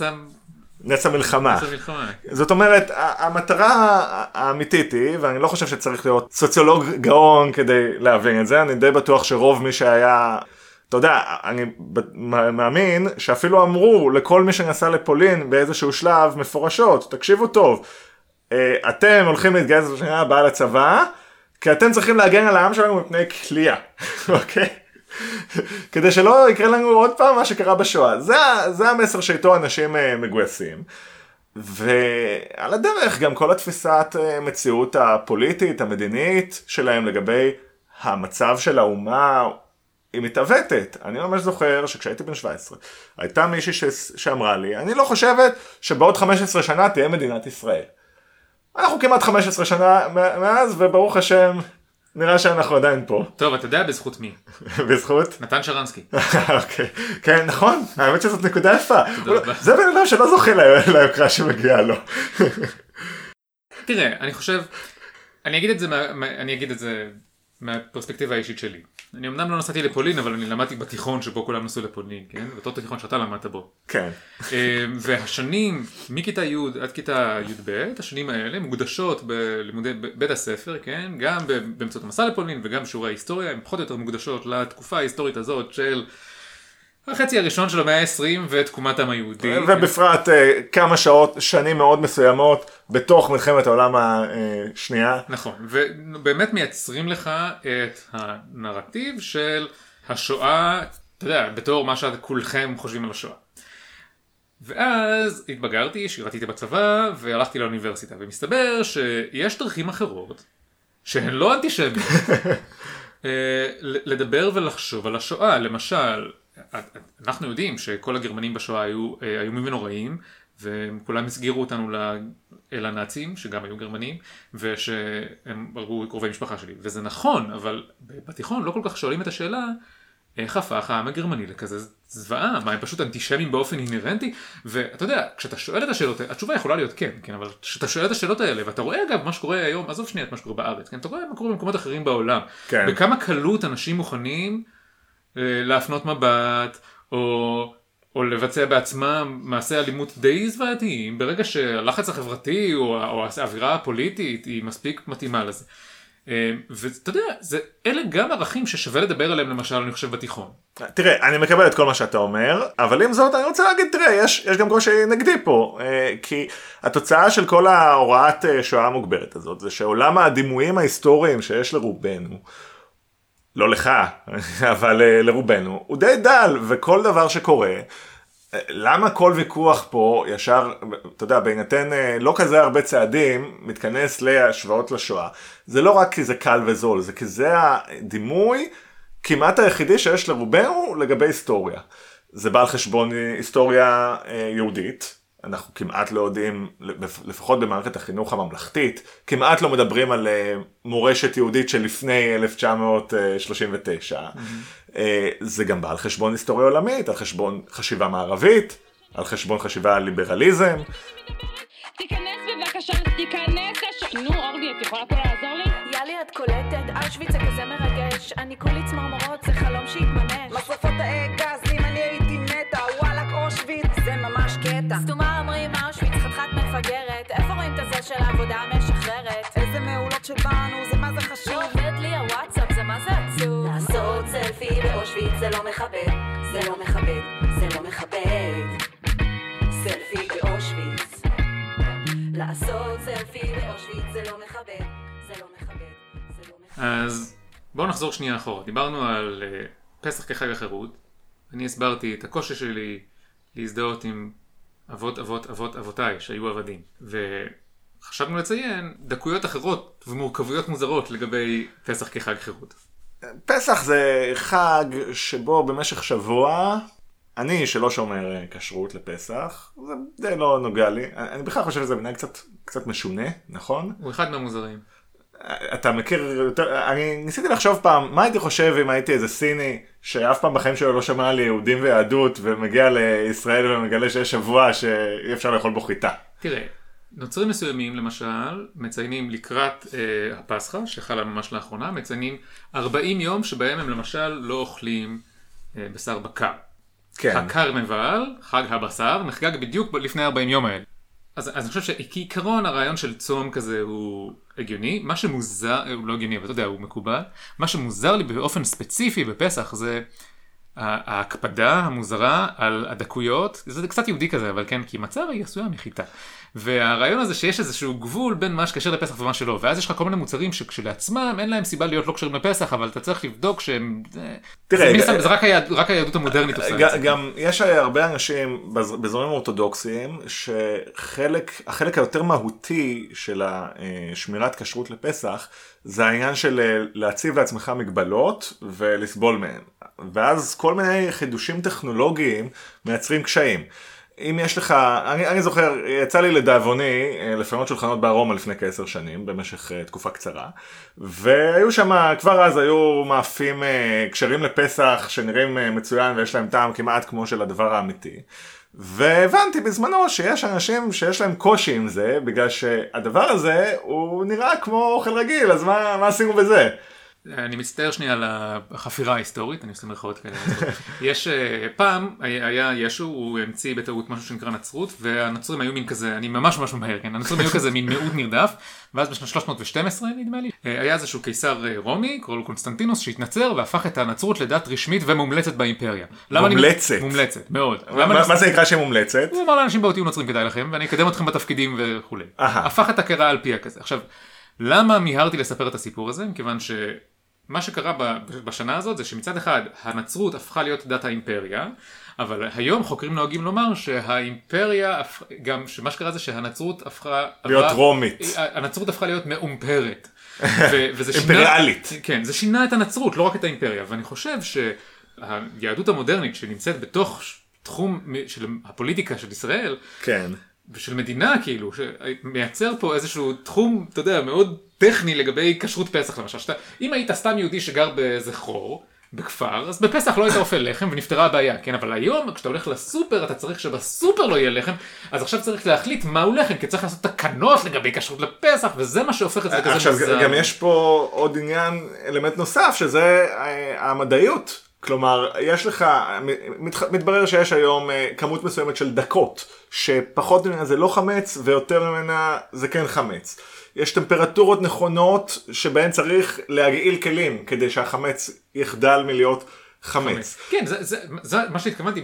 נס המלחמה. זאת אומרת, המטרה האמיתית היא, ואני לא חושב שצריך להיות סוציולוג גאון כדי להבין את זה, אני די בטוח שרוב מי שהיה, אתה יודע, אני מאמין שאפילו אמרו לכל מי שנסע לפולין באיזשהו שלב מפורשות, תקשיבו טוב, אתם הולכים להתגייס בשנה הבאה לצבא, כי אתם צריכים להגן על העם שלנו מפני כליאה, אוקיי? כדי שלא יקרה לנו עוד פעם מה שקרה בשואה. זה המסר שאיתו אנשים מגויסים. ועל הדרך גם כל התפיסת מציאות הפוליטית, המדינית שלהם לגבי המצב של האומה, היא מתעוותת. אני ממש זוכר שכשהייתי בן 17, הייתה מישהי שאמרה לי, אני לא חושבת שבעוד 15 שנה תהיה מדינת ישראל. אנחנו כמעט 15 שנה מאז, וברוך השם, נראה שאנחנו עדיין פה. טוב, אתה יודע בזכות מי? בזכות? נתן שרנסקי. אוקיי. כן, נכון. האמת שזאת נקודה יפה. זה בן אדם שלא זוכה ליוקרה שמגיעה לו. תראה, אני חושב, אני אגיד את זה מהפרספקטיבה האישית שלי. אני אמנם לא נסעתי לפולין, אבל אני למדתי בתיכון שבו כולם נסעו לפולין, כן? ואותו תיכון שאתה למדת בו. כן. והשנים, מכיתה י' עד כיתה י"ב, השנים האלה מוקדשות בלימודי בית הספר, כן? גם באמצעות המסע לפולין וגם בשיעורי ההיסטוריה, הן פחות או יותר מוקדשות לתקופה ההיסטורית הזאת של החצי הראשון של המאה ה-20 ותקומת העם היהודי. ובפרט כמה שנים מאוד מסוימות בתוך מלחמת העולם השנייה. נכון, ובאמת מייצרים לך את הנרטיב של השואה, אתה יודע, בתור מה שכולכם חושבים על השואה. ואז התבגרתי, שירתתי בצבא והלכתי לאוניברסיטה, ומסתבר שיש דרכים אחרות שהן לא אנטישמיות לדבר ולחשוב על השואה. למשל, אנחנו יודעים שכל הגרמנים בשואה היו איומים ונוראים, וכולם הסגירו אותנו אל הנאצים, שגם היו גרמנים, ושהם הרגו קרובי משפחה שלי. וזה נכון, אבל בתיכון לא כל כך שואלים את השאלה, איך הפך העם הגרמני לכזה זוועה? מה, הם פשוט אנטישמים באופן אינרנטי? ואתה יודע, כשאתה שואל את השאלות, התשובה יכולה להיות כן, אבל כשאתה שואל את השאלות האלה, ואתה רואה אגב מה שקורה היום, עזוב שנייה את מה שקורה בארץ, אתה רואה מה קורה במקומות אחרים בעולם, בכמה קלות אנשים מוכנים להפנות מבט, או לבצע בעצמם מעשי אלימות די זוועתיים, ברגע שהלחץ החברתי או האווירה הפוליטית היא מספיק מתאימה לזה. ואתה יודע, אלה גם ערכים ששווה לדבר עליהם למשל, אני חושב, בתיכון. תראה, אני מקבל את כל מה שאתה אומר, אבל עם זאת אני רוצה להגיד, תראה, יש גם קושי נגדי פה, כי התוצאה של כל ההוראת שואה המוגברת הזאת, זה שעולם הדימויים ההיסטוריים שיש לרובנו, לא לך, אבל לרובנו, הוא די דל, וכל דבר שקורה, למה כל ויכוח פה ישר, אתה יודע, בהינתן לא כזה הרבה צעדים, מתכנס להשוואות לשואה. זה לא רק כי זה קל וזול, זה כי זה הדימוי כמעט היחידי שיש לרובנו לגבי היסטוריה. זה בא על חשבון היסטוריה יהודית, אנחנו כמעט לא יודעים, לפחות במערכת החינוך הממלכתית, כמעט לא מדברים על מורשת יהודית של לפני 1939. זה גם בא על חשבון היסטוריה עולמית, על חשבון חשיבה מערבית, על חשבון חשיבה ליברליזם. תיכנס בבקשה, תיכנס. נו אורלי, את יכולה פה לעזור לי? יאלי, את קולטת, אושוויץ זה כזה מרגש, אני כולי צמרמורות, זה חלום שיתממש. משרפות האגז, אם אני הייתי מתה, וואלק אושוויץ, זה ממש קטע. סתומה אומרים אושוויץ, חתיכת מפגרת, איפה רואים את הזה של העבודה המשחררת? איזה מעולות שבאנו, זה מה זה חשוב. לא עובד לי הוואטסאפ, זה מה זה עצוב. לעשות סלפי באושוויץ זה לא מכבד, זה לא מכבד, זה לא מכבד. סלפי באושוויץ. לעשות סלפי באושוויץ זה לא מכבד, זה לא מכבד, זה לא מכבד. אז בואו נחזור שנייה אחורה. דיברנו על פסח כחג החירות. אני הסברתי את הקושי שלי להזדהות עם אבותיי שהיו עבדים. וחשבנו לציין דקויות אחרות ומורכבויות מוזרות לגבי פסח כחג חירות. פסח זה חג שבו במשך שבוע, אני שלא שומר כשרות לפסח, זה די לא נוגע לי. אני בכלל חושב שזה מנהג קצת משונה, נכון? הוא אחד מהמוזרים. אתה מכיר, אני ניסיתי לחשוב פעם, מה הייתי חושב אם הייתי איזה סיני שאף פעם בחיים שלו לא שמע על יהודים ויהדות ומגיע לישראל ומגלה שיש שבוע שאי אפשר לאכול בו חיטה. תראה, נוצרים מסוימים למשל מציינים לקראת הפסחה שחלה ממש לאחרונה, מציינים 40 יום שבהם הם למשל לא אוכלים בשר בקר. כן. הקרנבל, חג הבשר, נחגג בדיוק לפני 40 יום האלה. אז אני חושב שכעיקרון הרעיון של צום כזה הוא הגיוני, מה שמוזר, הוא לא הגיוני, אבל אתה יודע, הוא מקובל, מה שמוזר לי באופן ספציפי בפסח זה ההקפדה המוזרה על הדקויות, זה קצת יהודי כזה, אבל כן, כי מצה היא עשויה מחיטה. והרעיון הזה שיש איזשהו גבול בין מה שקשר לפסח ומה שלא, ואז יש לך כל מיני מוצרים שכשלעצמם אין להם סיבה להיות לא קשרים לפסח, אבל אתה צריך לבדוק שהם... תראה, זה רק היהדות המודרנית עושה את זה. גם יש הרבה אנשים בזרמים אורתודוקסיים, שהחלק היותר מהותי של שמירת כשרות לפסח, זה העניין של להציב לעצמך מגבלות ולסבול מהן. ואז כל מיני חידושים טכנולוגיים מייצרים קשיים. אם יש לך, אני זוכר, יצא לי לדאבוני לפנות שולחנות בארומה לפני כ10 שנים, במשך תקופה קצרה, והיו שם, כבר אז היו מאפים קשרים לפסח שנראים מצוין ויש להם טעם כמעט כמו של הדבר האמיתי. והבנתי בזמנו שיש אנשים שיש להם קושי עם זה, בגלל שהדבר הזה הוא נראה כמו אוכל רגיל, אז מה עשינו בזה? אני מצטער שנייה על החפירה ההיסטורית, אני עושה מרכאות כאלה. יש פעם, היה ישו, הוא המציא בטעות משהו שנקרא נצרות, והנצרים היו מין כזה, אני ממש ממהר, כן? הנצרים היו כזה מין מיעוט נרדף, ואז בשנת 312 נדמה לי, היה איזשהו קיסר רומי, קראו לו קונסטנטינוס, שהתנצר והפך את הנצרות לדת רשמית ומומלצת באימפריה. מומלצת? מומלצת, מאוד. מה זה נקרא שמומלצת? הוא אמר לאנשים, בואו תהיו נוצרים כדאי לכם, ואני אקדם אתכם בתפקידים וכו'. הפך את הקערה על פיה כזה. עכשיו, למה מיהרתי לספר את הסיפור הזה? מכיוון שמה שקרה בשנה הזאת זה שמצד אחד הנצרות הפכה להיות דת האימפריה, אבל היום חוקרים נוהגים לומר שהאימפריה, גם שמה שקרה זה שהנצרות הפכה להיות רומית. הנצרות הפכה להיות מאומפרת. אימפריאלית. כן, זה שינה את הנצרות, לא רק את האימפריה. ואני חושב שהיהדות המודרנית שנמצאת בתוך תחום של הפוליטיקה של ישראל, כן. ושל מדינה כאילו, שמייצר פה איזשהו תחום, אתה יודע, מאוד טכני לגבי כשרות פסח למשל. אם היית סתם יהודי שגר באיזה חור, בכפר, אז בפסח לא היית אוכל לחם ונפתרה הבעיה, כן? אבל היום כשאתה הולך לסופר, אתה צריך שבסופר לא יהיה לחם, אז עכשיו צריך להחליט מהו לחם, כי צריך לעשות תקנות לגבי כשרות לפסח, וזה מה שהופך את זה לכזה מוזר. עכשיו, גם יש פה עוד עניין, אלמנט נוסף, שזה המדעיות. כלומר, יש לך, מתברר שיש היום כמות מסוימת של דקות, שפחות ממנה זה לא חמץ, ויותר ממנה זה כן חמץ. יש טמפרטורות נכונות שבהן צריך להגעיל כלים, כדי שהחמץ יחדל מלהיות חמץ. כן, זה מה שהתכוונתי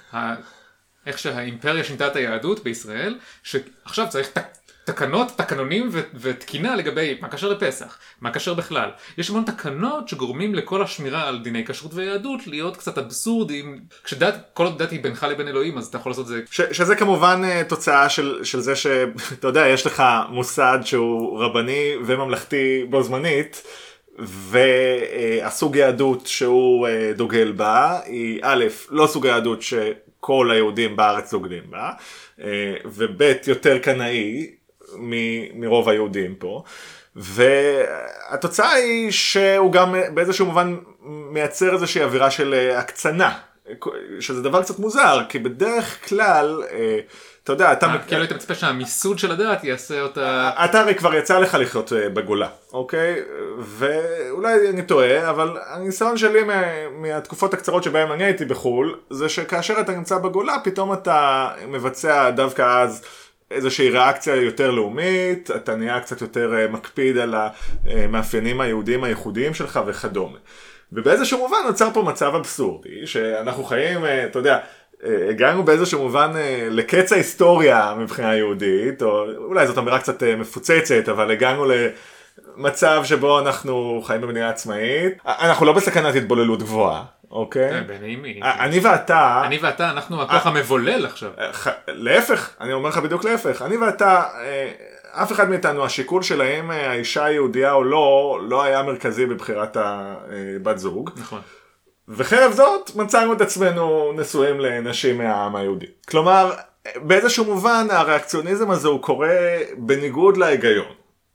איך שהאימפריה שינתה את היהדות בישראל, שעכשיו צריך תקנות, תקנונים ותקינה לגבי מה קשר לפסח, מה קשר בכלל. יש המון תקנות שגורמים לכל השמירה על דיני כשרות ויהדות להיות קצת אבסורדים. כל עוד דת היא בינך לבין אלוהים, אז אתה יכול לעשות זה. שזה כמובן תוצאה של זה שאתה יודע, יש לך מוסד שהוא רבני וממלכתי בו זמנית, והסוג יהדות שהוא דוגל בה, היא א', לא סוג היהדות שכל היהודים בארץ דוגלים בה, וב', יותר קנאי, מרוב היהודים פה, והתוצאה היא שהוא גם באיזשהו מובן מייצר איזושהי אווירה של הקצנה, שזה דבר קצת מוזר, כי בדרך כלל, אתה יודע, כאילו היית מצפה שהמיסוד של הדת יעשה אותה. אתה הרי כבר יצא לך לחיות בגולה, אוקיי? ואולי אני טועה, אבל הניסיון שלי מהתקופות הקצרות שבהן אני הייתי בחול, זה שכאשר אתה נמצא בגולה, פתאום אתה מבצע דווקא אז איזושהי ריאקציה יותר לאומית, אתה נהיה קצת יותר מקפיד על המאפיינים היהודיים הייחודיים שלך וכדומה. ובאיזשהו מובן נוצר פה מצב אבסורדי, שאנחנו חיים, אתה יודע, הגענו באיזשהו מובן לקץ ההיסטוריה מבחינה יהודית, או אולי זאת אמירה קצת מפוצצת, אבל הגענו למצב שבו אנחנו חיים במדינה עצמאית. אנחנו לא בסכנת התבוללות גבוהה. אוקיי? אני ואתה, אנחנו הכוח המבולל עכשיו. להפך, אני אומר לך בדיוק להפך. אני ואתה, אף אחד מאיתנו, השיקול שלהם, האישה היהודייה או לא היה מרכזי בבחירת הבת זוג. נכון. וחרף זאת, מצאנו את עצמנו נשואים לנשים מהעם היהודי. כלומר, באיזשהו מובן, הריאקציוניזם הזה הוא קורה בניגוד להיגיון.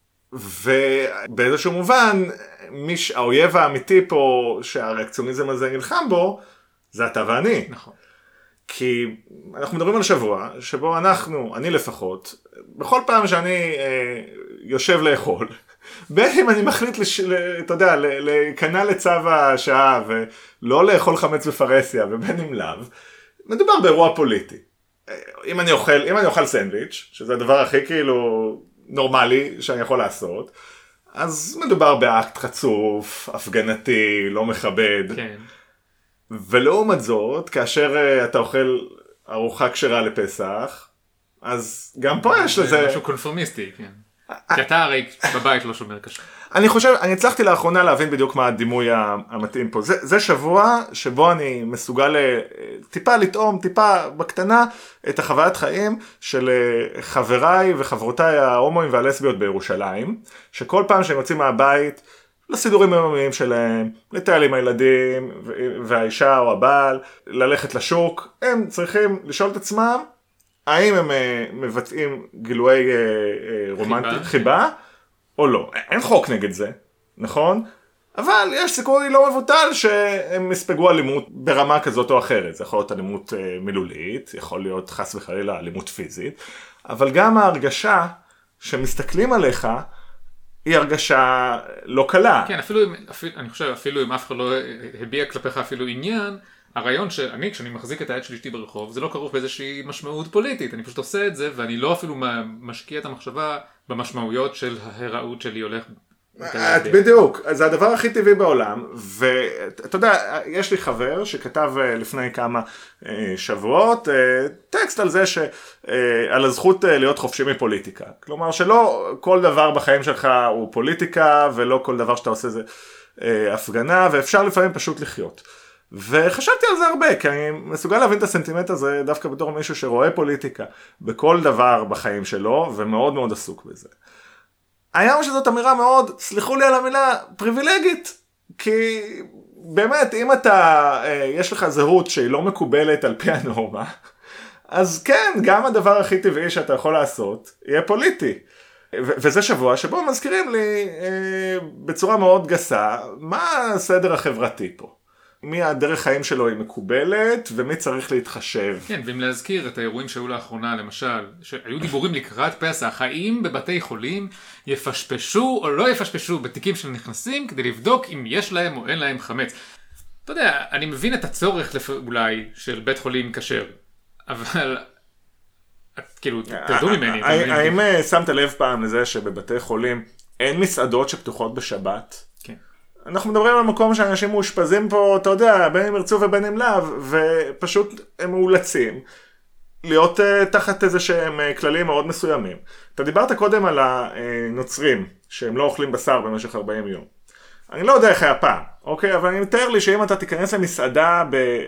ובאיזשהו מובן, האויב האמיתי פה שהריאקציוניזם הזה נלחם בו, זה אתה ואני. נכון. כי אנחנו מדברים על שבוע שבו אני לפחות, בכל פעם שאני יושב לאכול, בין אם אני מחליט, אתה יודע, להיכנע לצו השעה ולא לאכול חמץ בפרהסיה ובין אם לאו, מדובר באירוע פוליטי. אם אני אוכל סנדוויץ', שזה הדבר הכי כאילו נורמלי שאני יכול לעשות, אז מדובר באקט חצוף, הפגנתי, לא מכבד. כן. ולעומת זאת, כאשר אתה אוכל ארוחה כשרה לפסח, אז גם פה יש לזה... זה משהו קונפורמיסטי, כן. כי אתה הרי בבית לא שומר קשה. אני הצלחתי לאחרונה להבין בדיוק מה הדימוי המתאים פה. זה שבוע שבו אני מסוגל טיפה לטעום, טיפה בקטנה, את החוויית חיים של חבריי וחברותיי ההומואים והלסביות בירושלים, שכל פעם שהם יוצאים מהבית, לסידורים היומיים שלהם, לטייל עם הילדים והאישה או הבעל, ללכת לשוק, הם צריכים לשאול את עצמם, האם הם מבצעים גילויי רומנטית חיבה או לא. אין חוק נגד זה, נכון? אבל יש סיכוי לא מבוטל שהם יספגו אלימות ברמה כזאת או אחרת. זה יכול להיות אלימות מילולית, יכול להיות חס וחלילה אלימות פיזית, אבל גם ההרגשה שמסתכלים עליך היא הרגשה לא קלה. כן, אני חושב, אפילו אם אף אחד לא הביע כלפיך אפילו עניין, הרעיון שאני, כשאני מחזיק את היד של אשתי ברחוב, זה לא כרוך באיזושהי משמעות פוליטית, אני פשוט עושה את זה, ואני לא אפילו משקיע את המחשבה במשמעויות של ההיראות שלי הולך. בדיוק, זה הדבר הכי טבעי בעולם, ואתה יודע, יש לי חבר שכתב לפני כמה שבועות טקסט על זה, על הזכות להיות חופשי מפוליטיקה. כלומר שלא כל דבר בחיים שלך הוא פוליטיקה, ולא כל דבר שאתה עושה זה הפגנה, ואפשר לפעמים פשוט לחיות. וחשבתי על זה הרבה, כי אני מסוגל להבין את הסנטימנט הזה דווקא בתור מישהו שרואה פוליטיקה בכל דבר בחיים שלו, ומאוד מאוד עסוק בזה. היום שזאת אמירה מאוד, סליחו לי על המילה, פריבילגית, כי באמת, אם יש לך זהות שהיא לא מקובלת על פי הנורמה, אז כן, גם הדבר הכי טבעי שאתה יכול לעשות, יהיה פוליטי. וזה שבוע שבו מזכירים לי בצורה מאוד גסה, מה הסדר החברתי פה? מי הדרך חיים שלו היא מקובלת, ומי צריך להתחשב. כן, ואם להזכיר את האירועים שהיו לאחרונה, למשל, שהיו דיבורים לקראת פסח, האם בבתי חולים יפשפשו או לא יפשפשו בתיקים של נכנסים, כדי לבדוק אם יש להם או אין להם חמץ. אתה יודע, אני מבין את הצורך אולי של בית חולים כשר, אבל כאילו, תרדו ממני. האם שמת לב פעם לזה שבבתי חולים אין מסעדות שפתוחות בשבת? כן. אנחנו מדברים על מקום שאנשים מאושפזים פה, אתה יודע, בין אם ירצו ובין אם לאו, ופשוט הם מאולצים להיות תחת איזה שהם כללים מאוד מסוימים. אתה דיברת קודם על הנוצרים, שהם לא אוכלים בשר במשך 40 יום. אני לא יודע איך היה פעם, אוקיי? אבל אני מתאר לי שאם אתה תיכנס למסעדה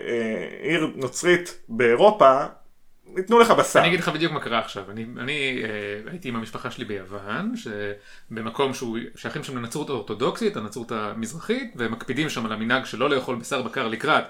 בעיר נוצרית באירופה, ייתנו לך בשר. אני אגיד לך בדיוק מה קרה עכשיו. אני הייתי עם המשפחה שלי ביוון, במקום שייכים שם לנצרות האורתודוקסית, הנצרות המזרחית, והם מקפידים שם על המנהג שלא לאכול בשר בקר לקראת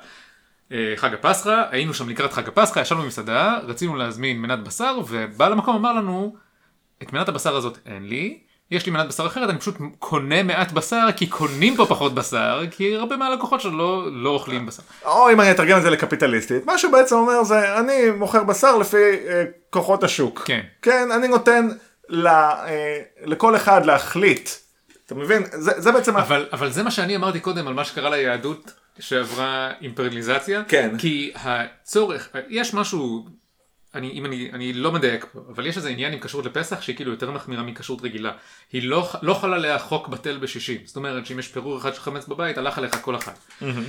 חג הפסחא. היינו שם לקראת חג הפסחא, ישבנו במסעדה, רצינו להזמין מנת בשר, ובעל המקום אמר לנו, את מנת הבשר הזאת אין לי, יש לי מנת בשר אחרת, אני פשוט קונה מעט בשר, כי קונים פה פחות בשר, כי הרבה מהלקוחות שלו לא אוכלים בשר. או אם אני אתרגם את זה לקפיטליסטית, מה שבעצם אומר זה, אני מוכר בשר לפי כוחות השוק. כן. כן, אני נותן לכל אחד להחליט. אתה מבין? זה בעצם... אבל זה מה שאני אמרתי קודם על מה שקרה ליהדות שעברה אימפריאליזציה. כן. כי הצורך, יש משהו... אני לא מדייק פה, אבל יש איזה עניין עם כשרות לפסח שהיא כאילו יותר מחמירה מכשרות רגילה. היא לא חלה עליה חוק בטל ב-60. זאת אומרת שאם יש פירור אחד של חמץ בבית, הלך עליך כל אחד.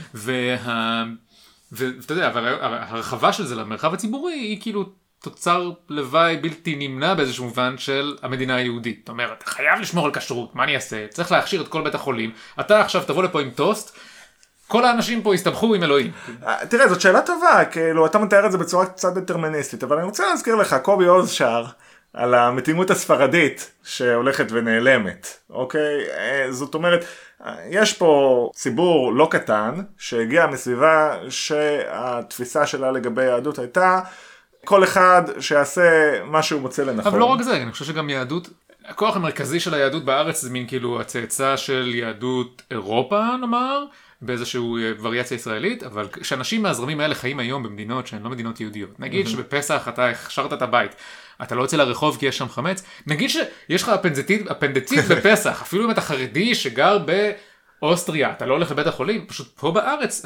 ואתה יודע, הרחבה של זה למרחב הציבורי היא כאילו תוצר לוואי בלתי נמנע באיזשהו מובן של המדינה היהודית. זאת אומרת, אתה חייב לשמור על כשרות, מה אני אעשה? צריך להכשיר את כל בית החולים. אתה עכשיו תבוא לפה עם טוסט, כל האנשים פה הסתבכו עם אלוהים. תראה, זאת שאלה טובה, כאילו אתה מתאר את זה בצורה קצת דטרמיניסטית, אבל אני רוצה להזכיר לך, קובי עוז שר על המתינות הספרדית שהולכת ונעלמת, אוקיי? זאת אומרת, יש פה ציבור לא קטן שהגיע מסביבה שהתפיסה שלה לגבי יהדות הייתה, כל אחד שיעשה מה שהוא מוצא לנכון. אבל לא רק זה, אני חושב שגם יהדות, הכוח המרכזי של היהדות בארץ זה מין כאילו הצאצא של יהדות אירופה, נאמר, באיזשהו וריאציה ישראלית, אבל כשאנשים מהזרמים האלה חיים היום במדינות שהן לא מדינות יהודיות, נגיד שבפסח אתה הכשרת את הבית, אתה לא יוצא לרחוב כי יש שם חמץ, נגיד שיש לך אפנדציט בפסח, אפילו אם אתה חרדי שגר באוסטריה, אתה לא הולך לבית החולים, פשוט פה בארץ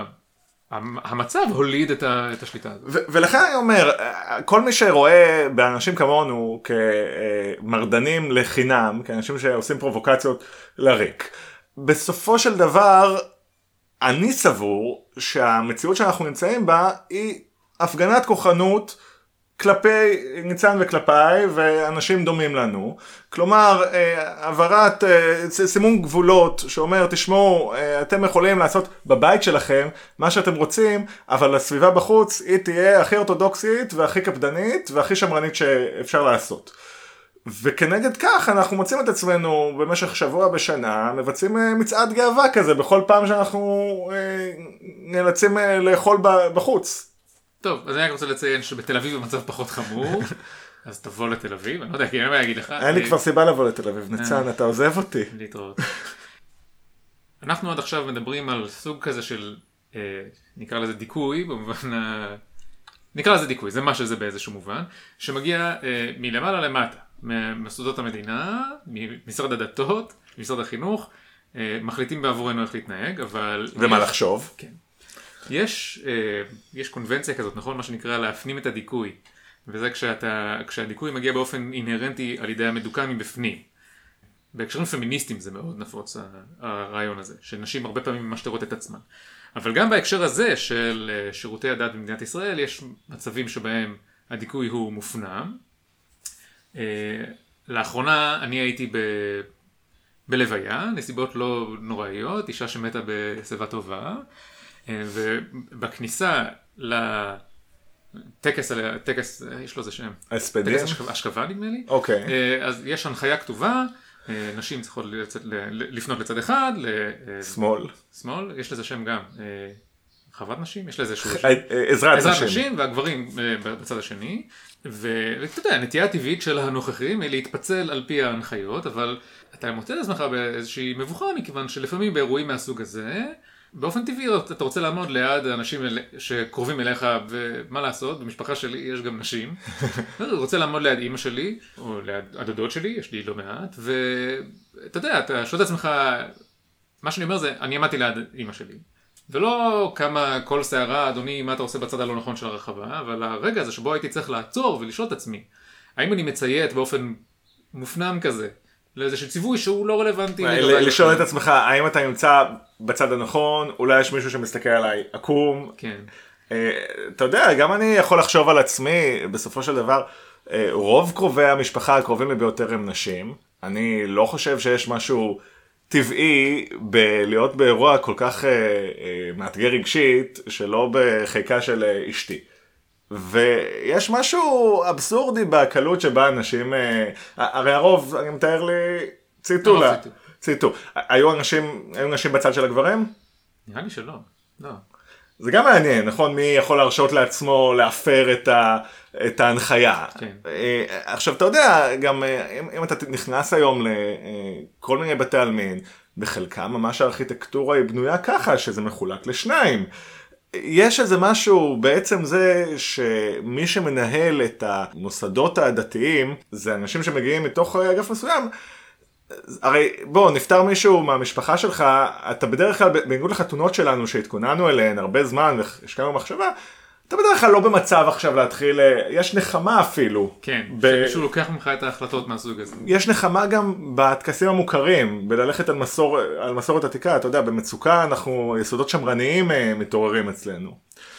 המצב הוליד את השליטה הזאת. ולכן אני אומר, כל מי שרואה באנשים כמונו כמרדנים לחינם, כאנשים שעושים פרובוקציות לריק, בסופו של דבר, אני סבור שהמציאות שאנחנו נמצאים בה היא הפגנת כוחנות כלפי ניצן וכלפיי ואנשים דומים לנו. כלומר, עברת סימון גבולות שאומר, תשמעו, אתם יכולים לעשות בבית שלכם מה שאתם רוצים, אבל הסביבה בחוץ היא תהיה הכי אורתודוקסית והכי קפדנית והכי שמרנית שאפשר לעשות. וכנגד כך אנחנו מוצאים את עצמנו במשך שבוע בשנה, מבצעים מצעד גאווה כזה בכל פעם שאנחנו נאלצים לאכול בחוץ. טוב, אז אני רוצה לציין שבתל אביב המצב פחות חמור, אז תבוא לתל אביב, אני לא יודע, כי אני אגיד לך. אין לי כבר סיבה לבוא לתל אביב, ניצן, אתה עוזב אותי. להתראות. אנחנו עד עכשיו מדברים על סוג כזה של, נקרא לזה דיכוי, במובן נקרא לזה דיכוי, זה מה שזה באיזשהו מובן, שמגיע מלמעלה למטה, ממוסדות המדינה, ממשרד הדתות, משרד החינוך, מחליטים בעבורנו איך להתנהג, אבל... ומה לחשוב. כן. יש קונבנציה כזאת, נכון? מה שנקרא להפנים את הדיכוי, וזה כשהדיכוי מגיע באופן אינהרנטי על ידי המדוכא מבפנים. בהקשרים פמיניסטיים זה מאוד נפוץ הרעיון הזה, שנשים הרבה פעמים משטרות את עצמן. אבל גם בהקשר הזה של שירותי הדת במדינת ישראל, יש מצבים שבהם הדיכוי הוא מופנם. לאחרונה אני הייתי בלוויה, נסיבות לא נוראיות, אישה שמתה בשיבה טובה, ובכניסה טקס, יש לו איזה שם. אספדיה? טקס אשכבה נדמה לי. אוקיי. אז יש הנחיה כתובה, נשים צריכות לפנות לצד אחד, שמאל, יש לזה שם גם, חוות נשים, יש לזה שם. עזרת נשים, והגברים בצד השני, ואתה יודע, הנטייה הטבעית של הנוכחים היא להתפצל על פי ההנחיות, אבל אתה מוצא לעצמך באיזושהי מבוכה, מכיוון שלפעמים באירועים מהסוג הזה, באופן טבעי אתה רוצה לעמוד ליד אנשים שקרובים אליך, ומה לעשות, במשפחה שלי יש גם נשים. אני רוצה לעמוד ליד אמא שלי, או ליד הדודות שלי, יש לי לא מעט, ואתה יודע, אתה שואל את עצמך, מה שאני אומר זה, אני עמדתי ליד אמא שלי. ולא כמה כל שערה, אדוני, מה אתה עושה בצד הלא נכון של הרחבה, אבל הרגע הזה שבו הייתי צריך לעצור ולשאול את עצמי, האם אני מציית באופן מופנם כזה, לאיזשהו ציווי שהוא לא רלוונטי. לשאול את עצמך, האם אתה נמצא בצד הנכון, אולי יש מישהו שמסתכל עליי עקום. כן. אתה יודע, גם אני יכול לחשוב על עצמי, בסופו של דבר, רוב קרובי המשפחה הקרובים לי ביותר הם נשים. אני לא חושב שיש משהו טבעי בלהיות באירוע כל כך מאתגר רגשית, שלא בחיקה של אשתי. ויש משהו אבסורדי בקלות שבה אנשים, הרי הרוב, אני מתאר לי, ציטו. היו נשים בצד של הגברים? נראה לי שלא, לא. זה גם מעניין, נכון? מי יכול להרשות לעצמו להפר את ההנחיה. כן. עכשיו, אתה יודע, גם אם אתה נכנס היום לכל מיני בתי עלמין, בחלקם ממש הארכיטקטורה היא בנויה ככה, שזה מחולק לשניים. יש איזה משהו, בעצם זה שמי שמנהל את המוסדות הדתיים, זה אנשים שמגיעים מתוך אגף מסוים. הרי בוא, נפטר מישהו מהמשפחה שלך, אתה בדרך כלל, בניגוד לחתונות שלנו שהתכוננו אליהן הרבה זמן והשקענו מחשבה, אתה בדרך כלל לא במצב עכשיו להתחיל, יש נחמה אפילו. כן, שמישהו לוקח ממך את ההחלטות מהסוג הזה. יש נחמה גם בטקסים המוכרים, בללכת על מסורת עתיקה, אתה יודע, במצוקה אנחנו, יסודות שמרניים מתעוררים אצלנו.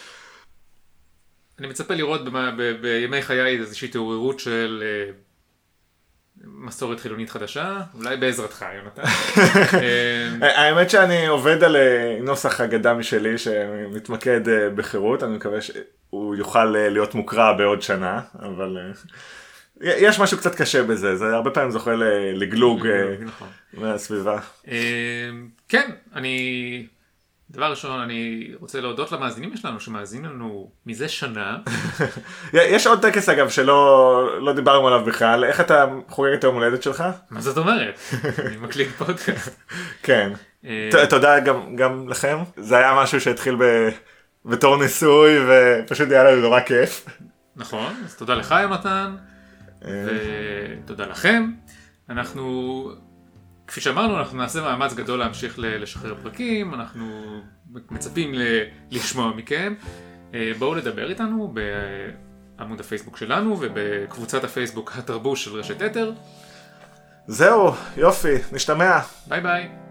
אני מצפה לראות בימי חיי איזושהי תעוררות של מסורת חילונית חדשה, אולי בעזרתך, יונתן. האמת שאני עובד על נוסח אגדה משלי שמתמקד בחירות, אני מקווה שהוא יוכל להיות מוקרא בעוד שנה, אבל יש משהו קצת קשה בזה, זה הרבה פעמים זוכה לגלוג מהסביבה. כן, דבר ראשון, אני רוצה להודות למאזינים שלנו, שמאזינים לנו מזה שנה. יש עוד טקס אגב שלא דיברנו עליו בכלל, איך אתה חוגג את היום הולדת שלך? מה זאת אומרת? אני מקליט פודקאסט. כן, תודה גם לכם, זה היה משהו שהתחיל בתור ניסוי ופשוט היה לנו נורא כיף. נכון, אז תודה לך יונתן, ותודה לכם. אנחנו... כפי שאמרנו, אנחנו נעשה מאמץ גדול להמשיך לשחרר פרקים, אנחנו מצפים לשמוע מכם. בואו לדבר איתנו בעמוד הפייסבוק שלנו ובקבוצת הפייסבוק התרבוש של רשת אתר. זהו, יופי, נשתמע. ביי ביי.